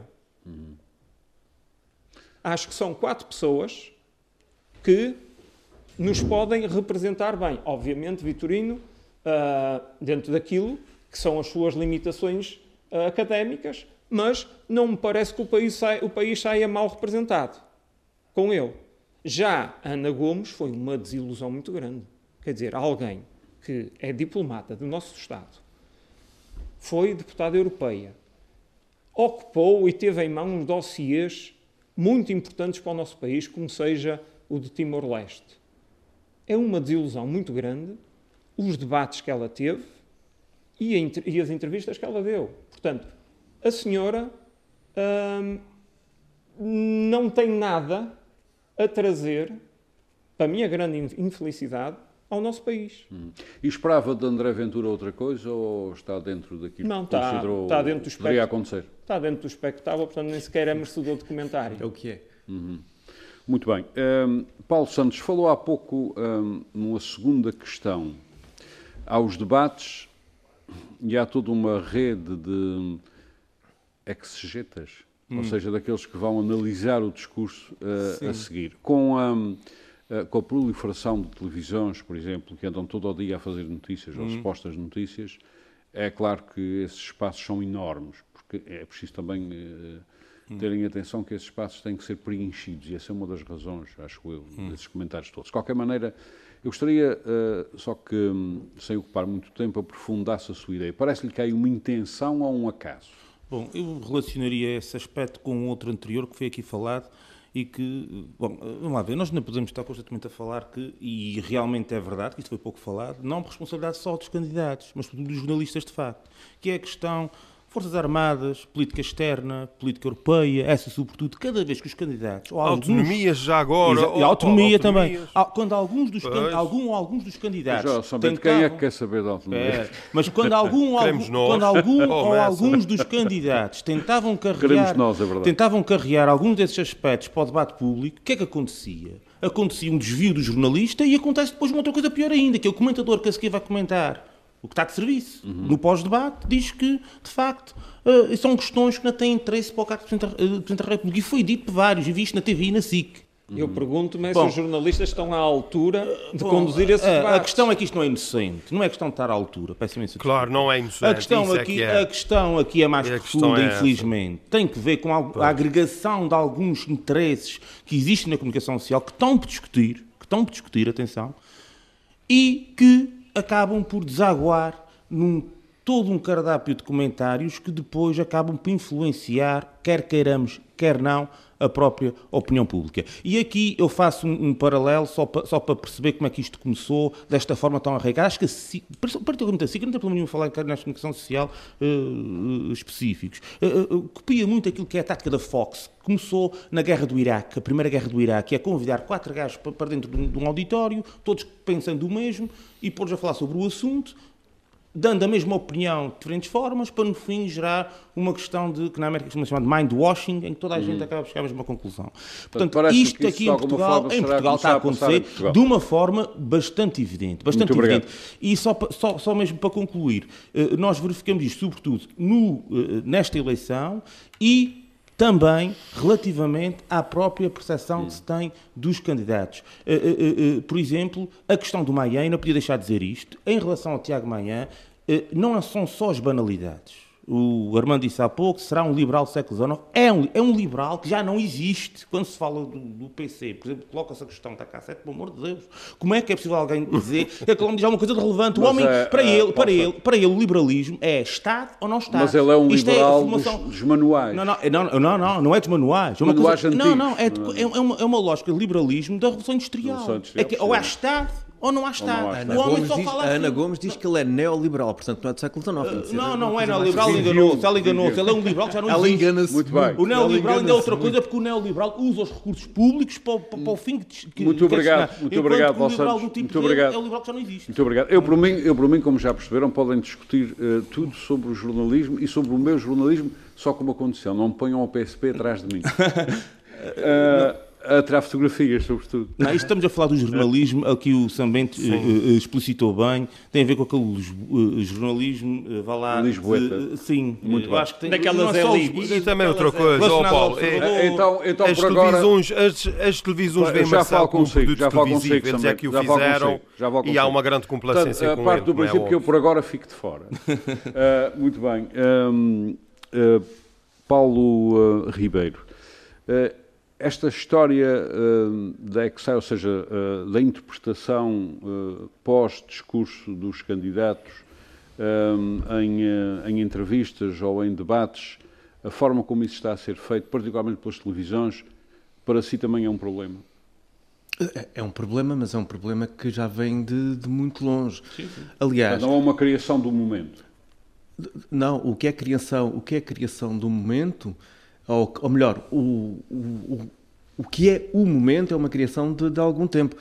Acho que são 4 pessoas que nos podem representar bem. Obviamente, Vitorino, dentro daquilo que são as suas limitações académicas, mas não me parece que o país saia mal representado. com ele. Já Ana Gomes foi uma desilusão muito grande. Quer dizer, alguém que é diplomata do nosso Estado, foi deputada europeia, ocupou e teve em mão uns dossiês muito importantes para o nosso país, como seja o de Timor-Leste. É uma desilusão muito grande os debates que ela teve e as entrevistas que ela deu. Portanto, a senhora não tem nada a trazer, para a minha grande infelicidade, ao nosso país. E esperava de André Ventura outra coisa ou está dentro daquilo Não, que considerou está dentro do que poderia espectro. acontecer? Está dentro do expectável, portanto nem sequer é merecedor de comentário. É o que é. Muito bem. Paulo Santos falou há pouco numa segunda questão. Há os debates e há toda uma rede de exegetas, ou seja, daqueles que vão analisar o discurso a seguir. Com a proliferação de televisões, por exemplo, que andam todo o dia a fazer notícias ou supostas notícias, é claro que esses espaços são enormes, porque é preciso também terem atenção que esses espaços têm que ser preenchidos, e essa é uma das razões, acho eu, desses comentários todos. De qualquer maneira, eu gostaria, só que, sem ocupar muito tempo, aprofundasse a sua ideia. Parece-lhe que há aí uma intenção ou um acaso? Bom, eu relacionaria esse aspecto com outro anterior que foi aqui falado e que, bom, vamos lá ver, nós não podemos estar constantemente a falar que, e realmente é verdade, que isto foi pouco falado, não por responsabilidade só dos candidatos, mas dos jornalistas de facto, que é a questão Forças Armadas, política externa, política europeia, essa sobretudo, cada vez que os candidatos... Ou autonomias já agora... E a autonomia autonomias. também. Quando alguns dos, alguns dos candidatos... Já, somente quem é que quer saber da autonomia? Mas quando alguns dos candidatos tentavam carregar alguns desses aspectos para o debate público, o que é que acontecia? Acontecia um desvio do jornalista e acontece depois uma outra coisa pior ainda, que é o comentador que a seguir vai comentar o que está de serviço, no pós-debate, diz que, de facto, são questões que não têm interesse para o cargo de Presidente da República. E foi dito por vários, e vi isto na TV e na SIC. Eu pergunto-me se os jornalistas estão à altura de conduzir esse debate. A questão é que isto não é inocente. Não é questão de estar à altura. Peço imensa desculpa. Claro, não é inocente. A questão aqui é mais profunda, infelizmente. Tem que ver com a agregação de alguns interesses que existem na comunicação social, que estão por discutir, atenção, e que acabam por desaguar todo um cardápio de comentários que depois acabam por influenciar, quer queiramos, quer não, a própria opinião pública. E aqui eu faço um paralelo só para perceber como é que isto começou desta forma tão arraigada. Acho que particularmente a SIC, não tem problema nenhum falar em canais de comunicação social específicos. Copia muito aquilo que é a tática da Fox. Começou na guerra do Iraque, a primeira guerra do Iraque, é convidar 4 gajos para dentro de um auditório, todos pensando o mesmo, e pôr-lhes a falar sobre o assunto, dando a mesma opinião de diferentes formas, para no fim gerar uma questão que na América se chama de mind washing, em que toda a gente acaba por chegar à mesma conclusão. Portanto, isto aqui em Portugal está a acontecer de uma forma bastante evidente. E só mesmo para concluir, nós verificamos isto sobretudo nesta eleição e também relativamente à própria percepção que se tem dos candidatos. Por exemplo, a questão do Maia, não podia deixar de dizer isto, em relação ao Tiago Maia, não são só as banalidades. O Armando disse há pouco, será um liberal do século XIX. É um liberal que já não existe. Quando se fala do PC, por exemplo, coloca-se a questão da cassete, pelo amor de Deus. Como é que é possível alguém dizer que aquele homem diz alguma coisa de relevante? O homem, para ele, o liberalismo é Estado ou não Estado. Mas ele é um liberal dos manuais. Não é dos manuais. Manuais antigos. É uma lógica de liberalismo da Revolução Industrial. Ou há Estado ou não há Estado. A Ana Gomes diz que ele é neoliberal, portanto não é do século XIX. Não é neoliberal, ela enganou-se. Ele é um liberal que já não existe. Ela engana-se muito bem. O neoliberal ainda é outra coisa, porque o neoliberal usa os recursos públicos para o fim que Muito obrigado, Paulo Santos. Muito obrigado. É o liberal que já não existe. Muito obrigado. Eu, por mim, como já perceberam, podem discutir tudo sobre o jornalismo e sobre o meu jornalismo, só com uma condição: não me ponham o PSP atrás de mim. A tirar fotografias, sobretudo. Não, isto estamos a falar do jornalismo, aqui o Sambento explicitou bem, tem a ver com aquele jornalismo, vá lá... Lisboeta. Sim, muito bem. Acho que tem... Daquelas elites. E também outra coisa, Paulo, então as por agora... As televisões vêm marcar como produto televisivo, eles é que o fizeram e há uma grande complacência com ele. A parte do princípio que eu por agora fico de fora. Muito bem. Paulo Ribeiro. esta história da Excel, ou seja, da interpretação pós-discurso dos candidatos em entrevistas ou em debates, a forma como isso está a ser feito, particularmente pelas televisões, para si também é um problema? É um problema, mas é um problema que já vem de muito longe. Sim. Aliás, não é uma criação do momento. Não, o que é criação do momento, ou melhor, o que é o momento é uma criação de algum tempo.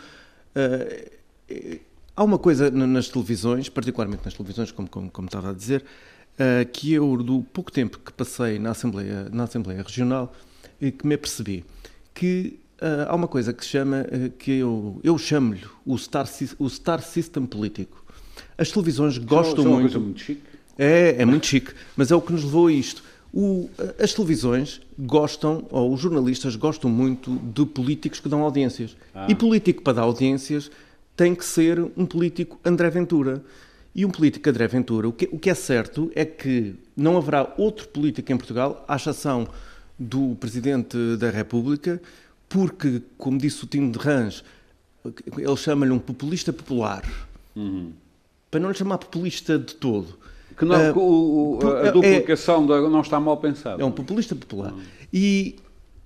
Há uma coisa nas televisões, particularmente nas televisões, como estava a dizer, que eu, do pouco tempo que passei na Assembleia Regional, que me apercebi que há uma coisa que se chama, que eu chamo-lhe o Star System político. As televisões gostam muito... É uma muito... coisa muito chique. É muito chique, mas é o que nos levou a isto. As televisões gostam, ou os jornalistas gostam muito de políticos que dão audiências. E político para dar audiências tem que ser um político André Ventura. E um político André Ventura, o que é certo é que não haverá outro político em Portugal, à exceção do Presidente da República, porque, como disse o Tino de Rãs, ele chama-lhe um populista popular. Para não lhe chamar populista de todo. Que não, a duplicação não está mal pensada. É um populista popular. E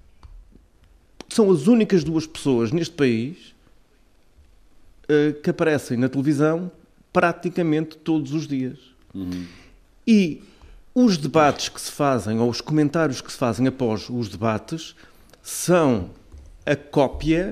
são as únicas duas pessoas neste país que aparecem na televisão praticamente todos os dias. E os debates que se fazem, ou os comentários que se fazem após os debates, são a cópia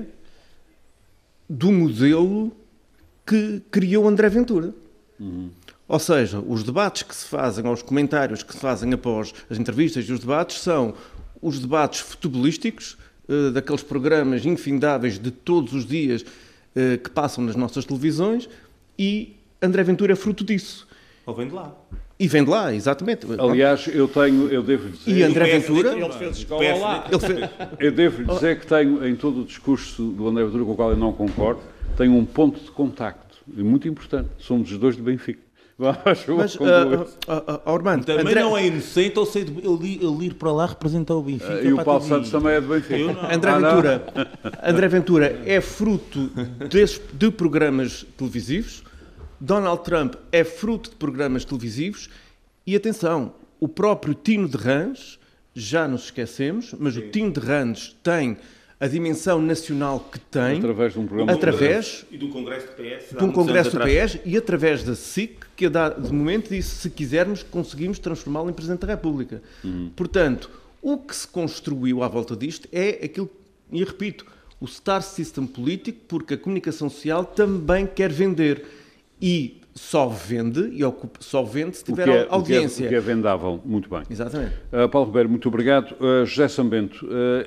do modelo que criou André Ventura. Ou seja, os debates que se fazem, ou os comentários que se fazem após as entrevistas e os debates, são os debates futebolísticos, daqueles programas infindáveis de todos os dias que passam nas nossas televisões, e André Ventura é fruto disso. Ou vem de lá. E vem de lá, exatamente. Aliás, eu devo dizer... E André Ventura... Ele fez escola lá. Eu devo dizer que tenho, em todo o discurso do André Ventura, com o qual eu não concordo, tenho um ponto de contacto, muito importante. Somos os dois de Benfica. Mas, Armando, Também André... não é inocente ou sei ele ir para lá representar o Benfica. E o Paulo Santos também é de Benfica. André Ventura é fruto de programas televisivos. Donald Trump é fruto de programas televisivos. E atenção, o próprio Tino de Rãs, já nos esquecemos, mas o Tino de Rãs tem a dimensão nacional que tem, através de um programa e do Congresso do PS, de um Congresso do PS, e através da SIC, que de momento disse, se quisermos, conseguimos transformá-lo em Presidente da República. Portanto, o que se construiu à volta disto é aquilo, e repito, o Star System político, porque a comunicação social também quer vender. E só vende se tiver audiência. O que é vendável. Muito bem. Exatamente. Paulo Ribeiro, muito obrigado. José Sambento,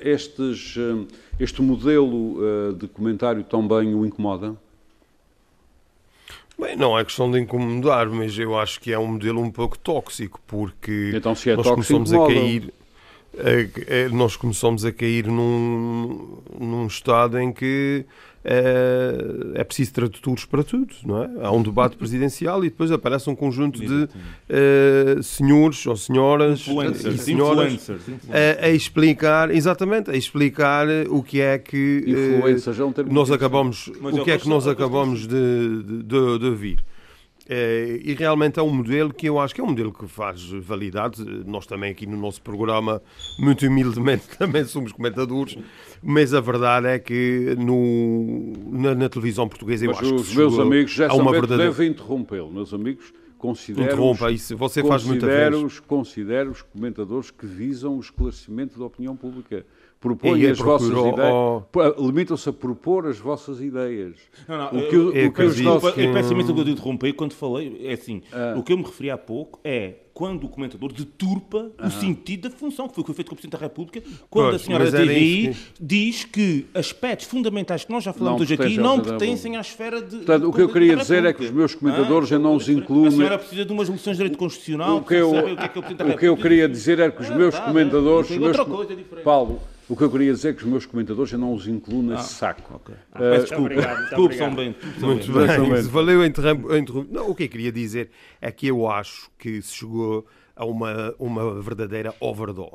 este modelo de comentário também o incomoda? Bem, não é questão de incomodar, mas eu acho que é um modelo um pouco tóxico, porque então, se é nós tóxico, começamos a cair... nós começamos a cair num estado em que é preciso tradutores para tudo, não é? Há um debate presidencial e depois aparece um conjunto de senhores ou senhoras e senhoras a explicar, exatamente, a explicar o que é que nós acabamos, o que é que nós acabamos de ouvir. E realmente é um modelo que eu acho que é um modelo que faz validade. Nós também aqui no nosso programa, muito humildemente, também somos comentadores, mas a verdade é que na televisão portuguesa eu mas acho que os meus amigos já devem interrompê-lo, meus amigos. Interrompa, isso você faz muita vez. Considero os comentadores que visam o esclarecimento da opinião pública. Propõem as vossas ideias, limitam-se a propor as vossas ideias. Eu peço imenso que eu te interrompi quando falei, é assim, o que eu me referi há pouco é quando o comentador deturpa o sentido da função, que foi feito com o Presidente da República, quando a senhora da TVI diz que aspectos fundamentais que nós já falamos hoje aqui não pertencem à esfera de... Portanto, o que eu queria dizer é que os meus comentadores já não os incluem... A senhora precisa de umas lições de direito constitucional, o que eu queria dizer é que os meus comentadores... Paulo, o que eu queria dizer é que os meus comentadores já não os incluo nesse saco. Desculpe, São Bento. Muito bem, valeu a interrupção. Não, o que eu queria dizer é que eu acho que se chegou a uma verdadeira overdose.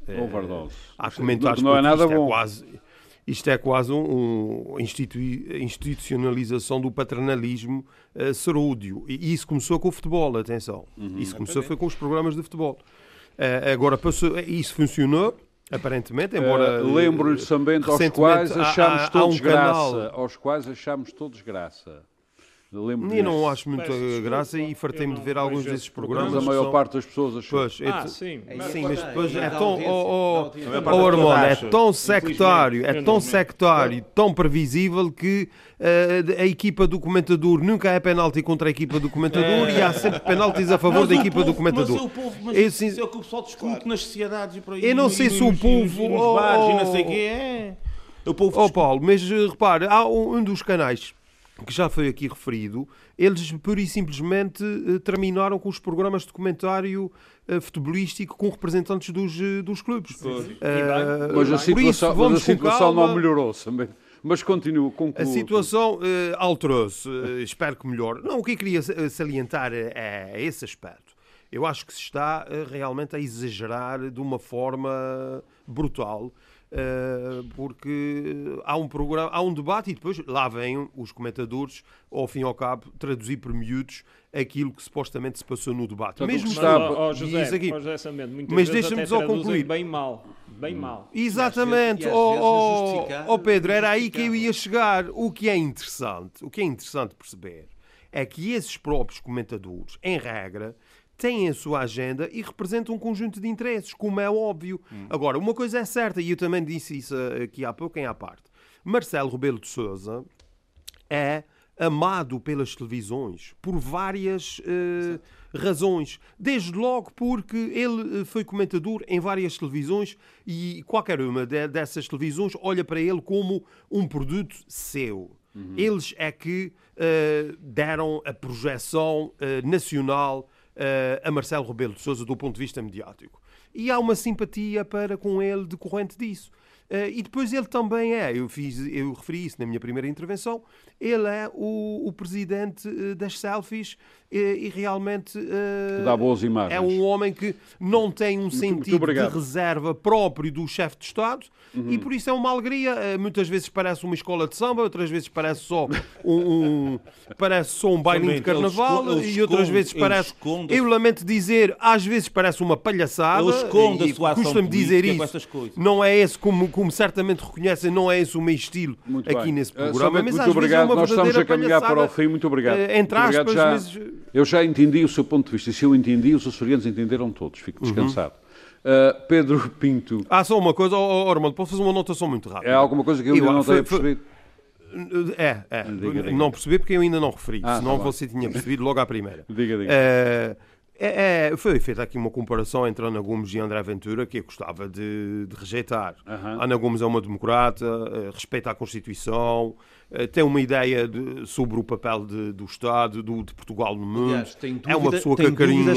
Overdose. Há comentários não é nada bom. Isto é quase uma institucionalização do paternalismo serúdio. E isso começou com o futebol, atenção. Isso começou foi com os programas de futebol. Agora, isso funcionou, aparentemente, embora... Lembro-lhes também aos quais achámos todos graça. Aos quais achámos todos graça. Eu não acho muita graça e fartei-me de ver alguns desses programas. Mas a maior parte das pessoas achou. Pois, sim. Sim, mas depois é tão... Armando, é tão sectário, tão previsível que a equipa do comentador nunca é penalti contra a equipa do comentador e há sempre penaltis a favor da equipa do comentador. Mas é o que o pessoal discute nas sociedades e por aí. Eu não sei se o povo... Nos bares e não sei o que é. Paulo, mas repare, há um dos canais que já foi aqui referido, eles pura e simplesmente terminaram com os programas de comentário futebolístico com representantes dos clubes. Mas a situação não melhorou também. Mas continuo, concluo. A situação alterou-se, espero que melhore. Não, o que eu queria salientar é esse aspecto. Eu acho que se está realmente a exagerar de uma forma brutal. Porque há um debate e depois lá vêm os comentadores, ao fim e ao cabo, traduzir por miúdos aquilo que supostamente se passou no debate. Mas mesmo José Samento, muitas vezes até traduzem bem mal. Exatamente. Pedro, era aí que eu ia chegar. O que é interessante perceber é que esses próprios comentadores, em regra, têm a sua agenda e representam um conjunto de interesses, como é óbvio. Agora, uma coisa é certa, e eu também disse isso aqui há pouco em à parte. Marcelo Rebelo de Sousa é amado pelas televisões por várias razões. Desde logo porque ele foi comentador em várias televisões e qualquer uma dessas televisões olha para ele como um produto seu. Eles é que deram a projeção nacional a Marcelo Rebelo de Sousa do ponto de vista mediático. E há uma simpatia com ele decorrente disso. E depois ele também eu referi isso na minha primeira intervenção, ele é o presidente das selfies e realmente dá boas imagens. É um homem que não tem um sentido de reserva próprio do chefe de Estado e por isso é uma alegria. Muitas vezes parece uma escola de samba, outras vezes parece só um bailinho de carnaval e outras vezes parece, eu lamento dizer, às vezes parece uma palhaçada. Ele esconde a sua ação custa-me dizer isso. Não é esse, como certamente reconhecem, não é esse o meu estilo aqui nesse programa. Mas muito obrigado, nós estamos a caminhar para o fim. Muito obrigado. Entre aspas, eu já entendi o seu ponto de vista. E se eu entendi, os açorianos entenderam todos. Fico descansado. Pedro Pinto. Só uma coisa, Armando, posso fazer uma anotação muito rápida? É alguma coisa que eu ainda não tenho percebido? Diga. Não percebi porque eu ainda não referi. Senão você tinha percebido logo à primeira. Diga. Foi feita aqui uma comparação entre Ana Gomes e André Ventura que eu gostava de rejeitar. Ana Gomes é uma democrata, respeita a Constituição, tem uma ideia sobre o papel do Estado, de Portugal no mundo. Aliás, é uma pessoa que acarinha.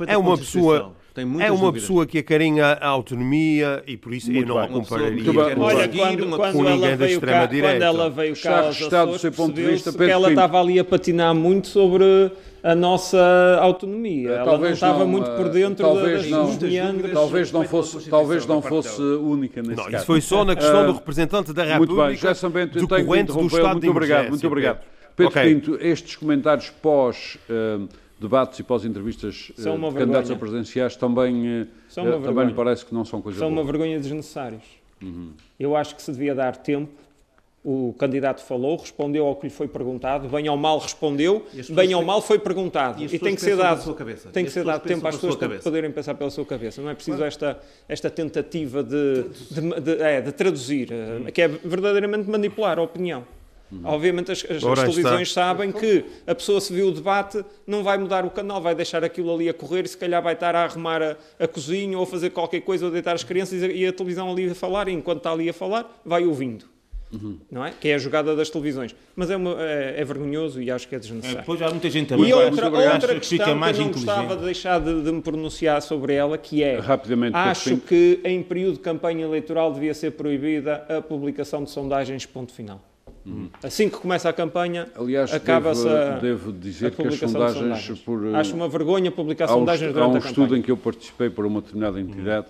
É uma pessoa que acarinha a autonomia e por isso eu não a compararia com ninguém da extrema-direita. Quando ela veio cá aos Açores, percebeu-se que ela estava ali a patinar muito sobre a nossa autonomia. Ela não estava muito por dentro dos meandros. Talvez não fosse única nesse caso. Isso foi só na questão do representante da República. Muito bem, já também decorrente do Estado de emergência. Muito obrigado. Pedro Pinto, estes comentários pós-debates e pós-entrevistas de candidatos a presidenciais também me parece que não são coisas boas. São uma vergonha desnecessários. Eu acho que se devia dar tempo. O candidato falou, respondeu ao que lhe foi perguntado, bem ou mal respondeu, bem ou mal foi perguntado. E tem que ser dado tempo às pessoas para poderem pensar pela sua cabeça. Não é preciso esta tentativa de traduzir, que é verdadeiramente manipular a opinião. Obviamente as televisões sabem que a pessoa, se viu o debate, não vai mudar o canal, vai deixar aquilo ali a correr e se calhar vai estar a arrumar a cozinha ou a fazer qualquer coisa ou deitar as crianças e a televisão ali a falar, e enquanto está ali a falar, vai ouvindo. Não é? Que é a jogada das televisões. Mas é vergonhoso e acho que é desnecessário. Depois há muita gente também. E outra questão que eu não gostava de deixar de me pronunciar sobre ela, que é, acho que em período de campanha eleitoral devia ser proibida a publicação de sondagens, ponto final. Assim que começa a campanha, acaba-se devo dizer que as sondagens... Acho uma vergonha publicar sondagens durante a campanha. Há um estudo em que eu participei por uma determinada entidade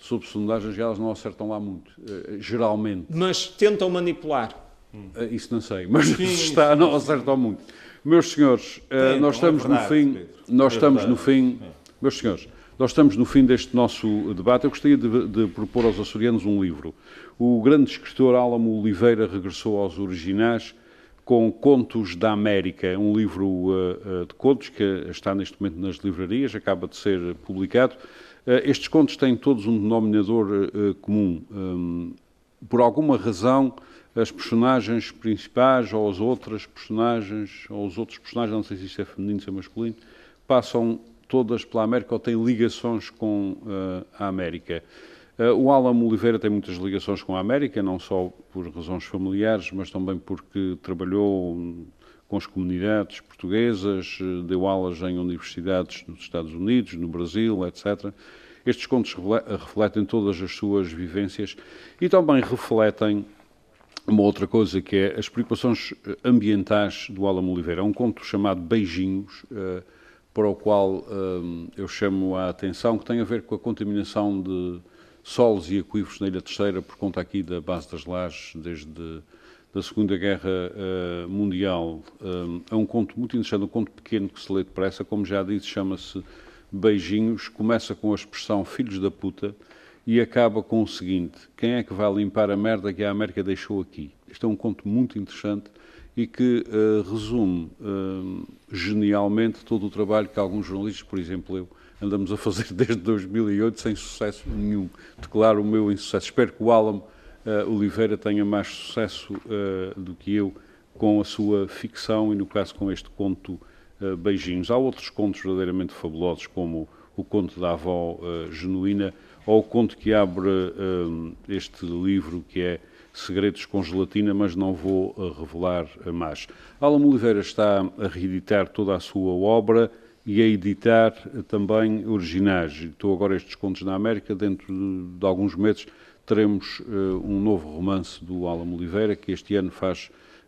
sobre sondagens e elas não acertam lá muito, geralmente. Mas tentam manipular. Isso não sei, mas está, não acertam muito. Meus senhores, nós estamos no fim. Nós estamos no fim. Meus senhores, nós estamos no fim deste nosso debate. Eu gostaria de propor aos açorianos um livro. O grande escritor Álamo Oliveira regressou aos originais com Contos da América, um livro de contos que está neste momento nas livrarias, acaba de ser publicado. Estes contos têm todos um denominador comum. Por alguma razão, as personagens principais ou as outras personagens, ou os outros personagens, não sei se isto é feminino ou é masculino, passam todas pela América ou têm ligações com a América. O Álamo Oliveira tem muitas ligações com a América, não só por razões familiares, mas também porque trabalhou com as comunidades portuguesas, deu aulas em universidades nos Estados Unidos, no Brasil, etc. Estes contos refletem todas as suas vivências e também refletem uma outra coisa, que é as preocupações ambientais do Álamo Oliveira. É um conto chamado Beijinhos, para o qual eu chamo a atenção, que tem a ver com a contaminação de solos e aquíferos na Ilha Terceira, por conta aqui da base das Lajes, desde a Segunda Guerra Mundial. É um conto muito interessante, um conto pequeno que se lê depressa, como já disse, chama-se Beijinhos, começa com a expressão filhos da puta e acaba com o seguinte: quem é que vai limpar a merda que a América deixou aqui? Isto é um conto muito interessante e que resume genialmente todo o trabalho que alguns jornalistas, por exemplo eu, andamos a fazer desde 2008 sem sucesso nenhum. Declaro o meu insucesso. Espero que o Álamo Oliveira tenha mais sucesso do que eu com a sua ficção e, no caso, com este conto Beijinhos. Há outros contos verdadeiramente fabulosos, como o conto da avó genuína ou o conto que abre este livro, que é Segredos com Gelatina, mas não vou revelar mais. Álamo Oliveira está a reeditar toda a sua obra e a editar também originais. Estou agora estes contos na América. Dentro de alguns meses teremos um novo romance do Álamo Oliveira, que este ano faz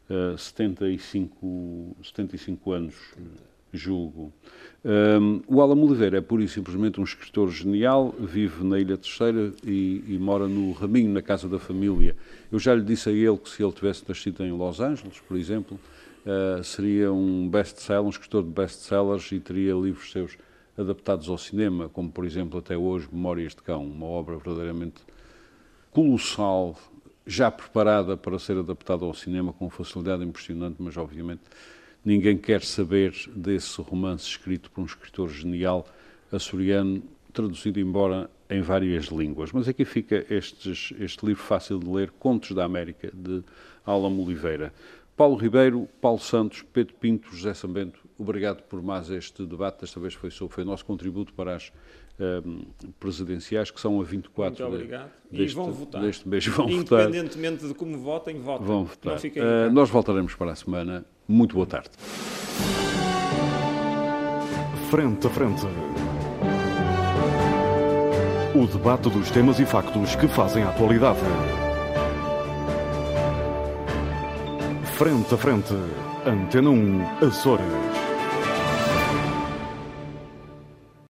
75 anos, julgo. O Álamo Oliveira é pura e simplesmente um escritor genial, vive na Ilha Terceira e mora no Raminho, na casa da família. Eu já lhe disse a ele que se ele tivesse nascido em Los Angeles, por exemplo, seria um best-seller, um escritor de best-sellers e teria livros seus adaptados ao cinema, como, por exemplo, até hoje, Memórias de Cão, uma obra verdadeiramente colossal, já preparada para ser adaptada ao cinema com facilidade impressionante, mas, obviamente, ninguém quer saber desse romance escrito por um escritor genial açoriano, traduzido embora em várias línguas. Mas aqui fica este livro fácil de ler, Contos da América, de Álamo Oliveira. Paulo Ribeiro, Paulo Santos, Pedro Pinto, José Sambento, obrigado por mais este debate. Desta vez foi o nosso contributo para as presidenciais, que são a 24 Muito obrigado. Deste mês. Vão votar. Independentemente de como votem, votem. Vão votar. Não fiquem nós voltaremos para a semana. Muito boa tarde. Frente a frente. O debate dos temas e factos que fazem a atualidade. Frente a frente. Antena 1, Açores.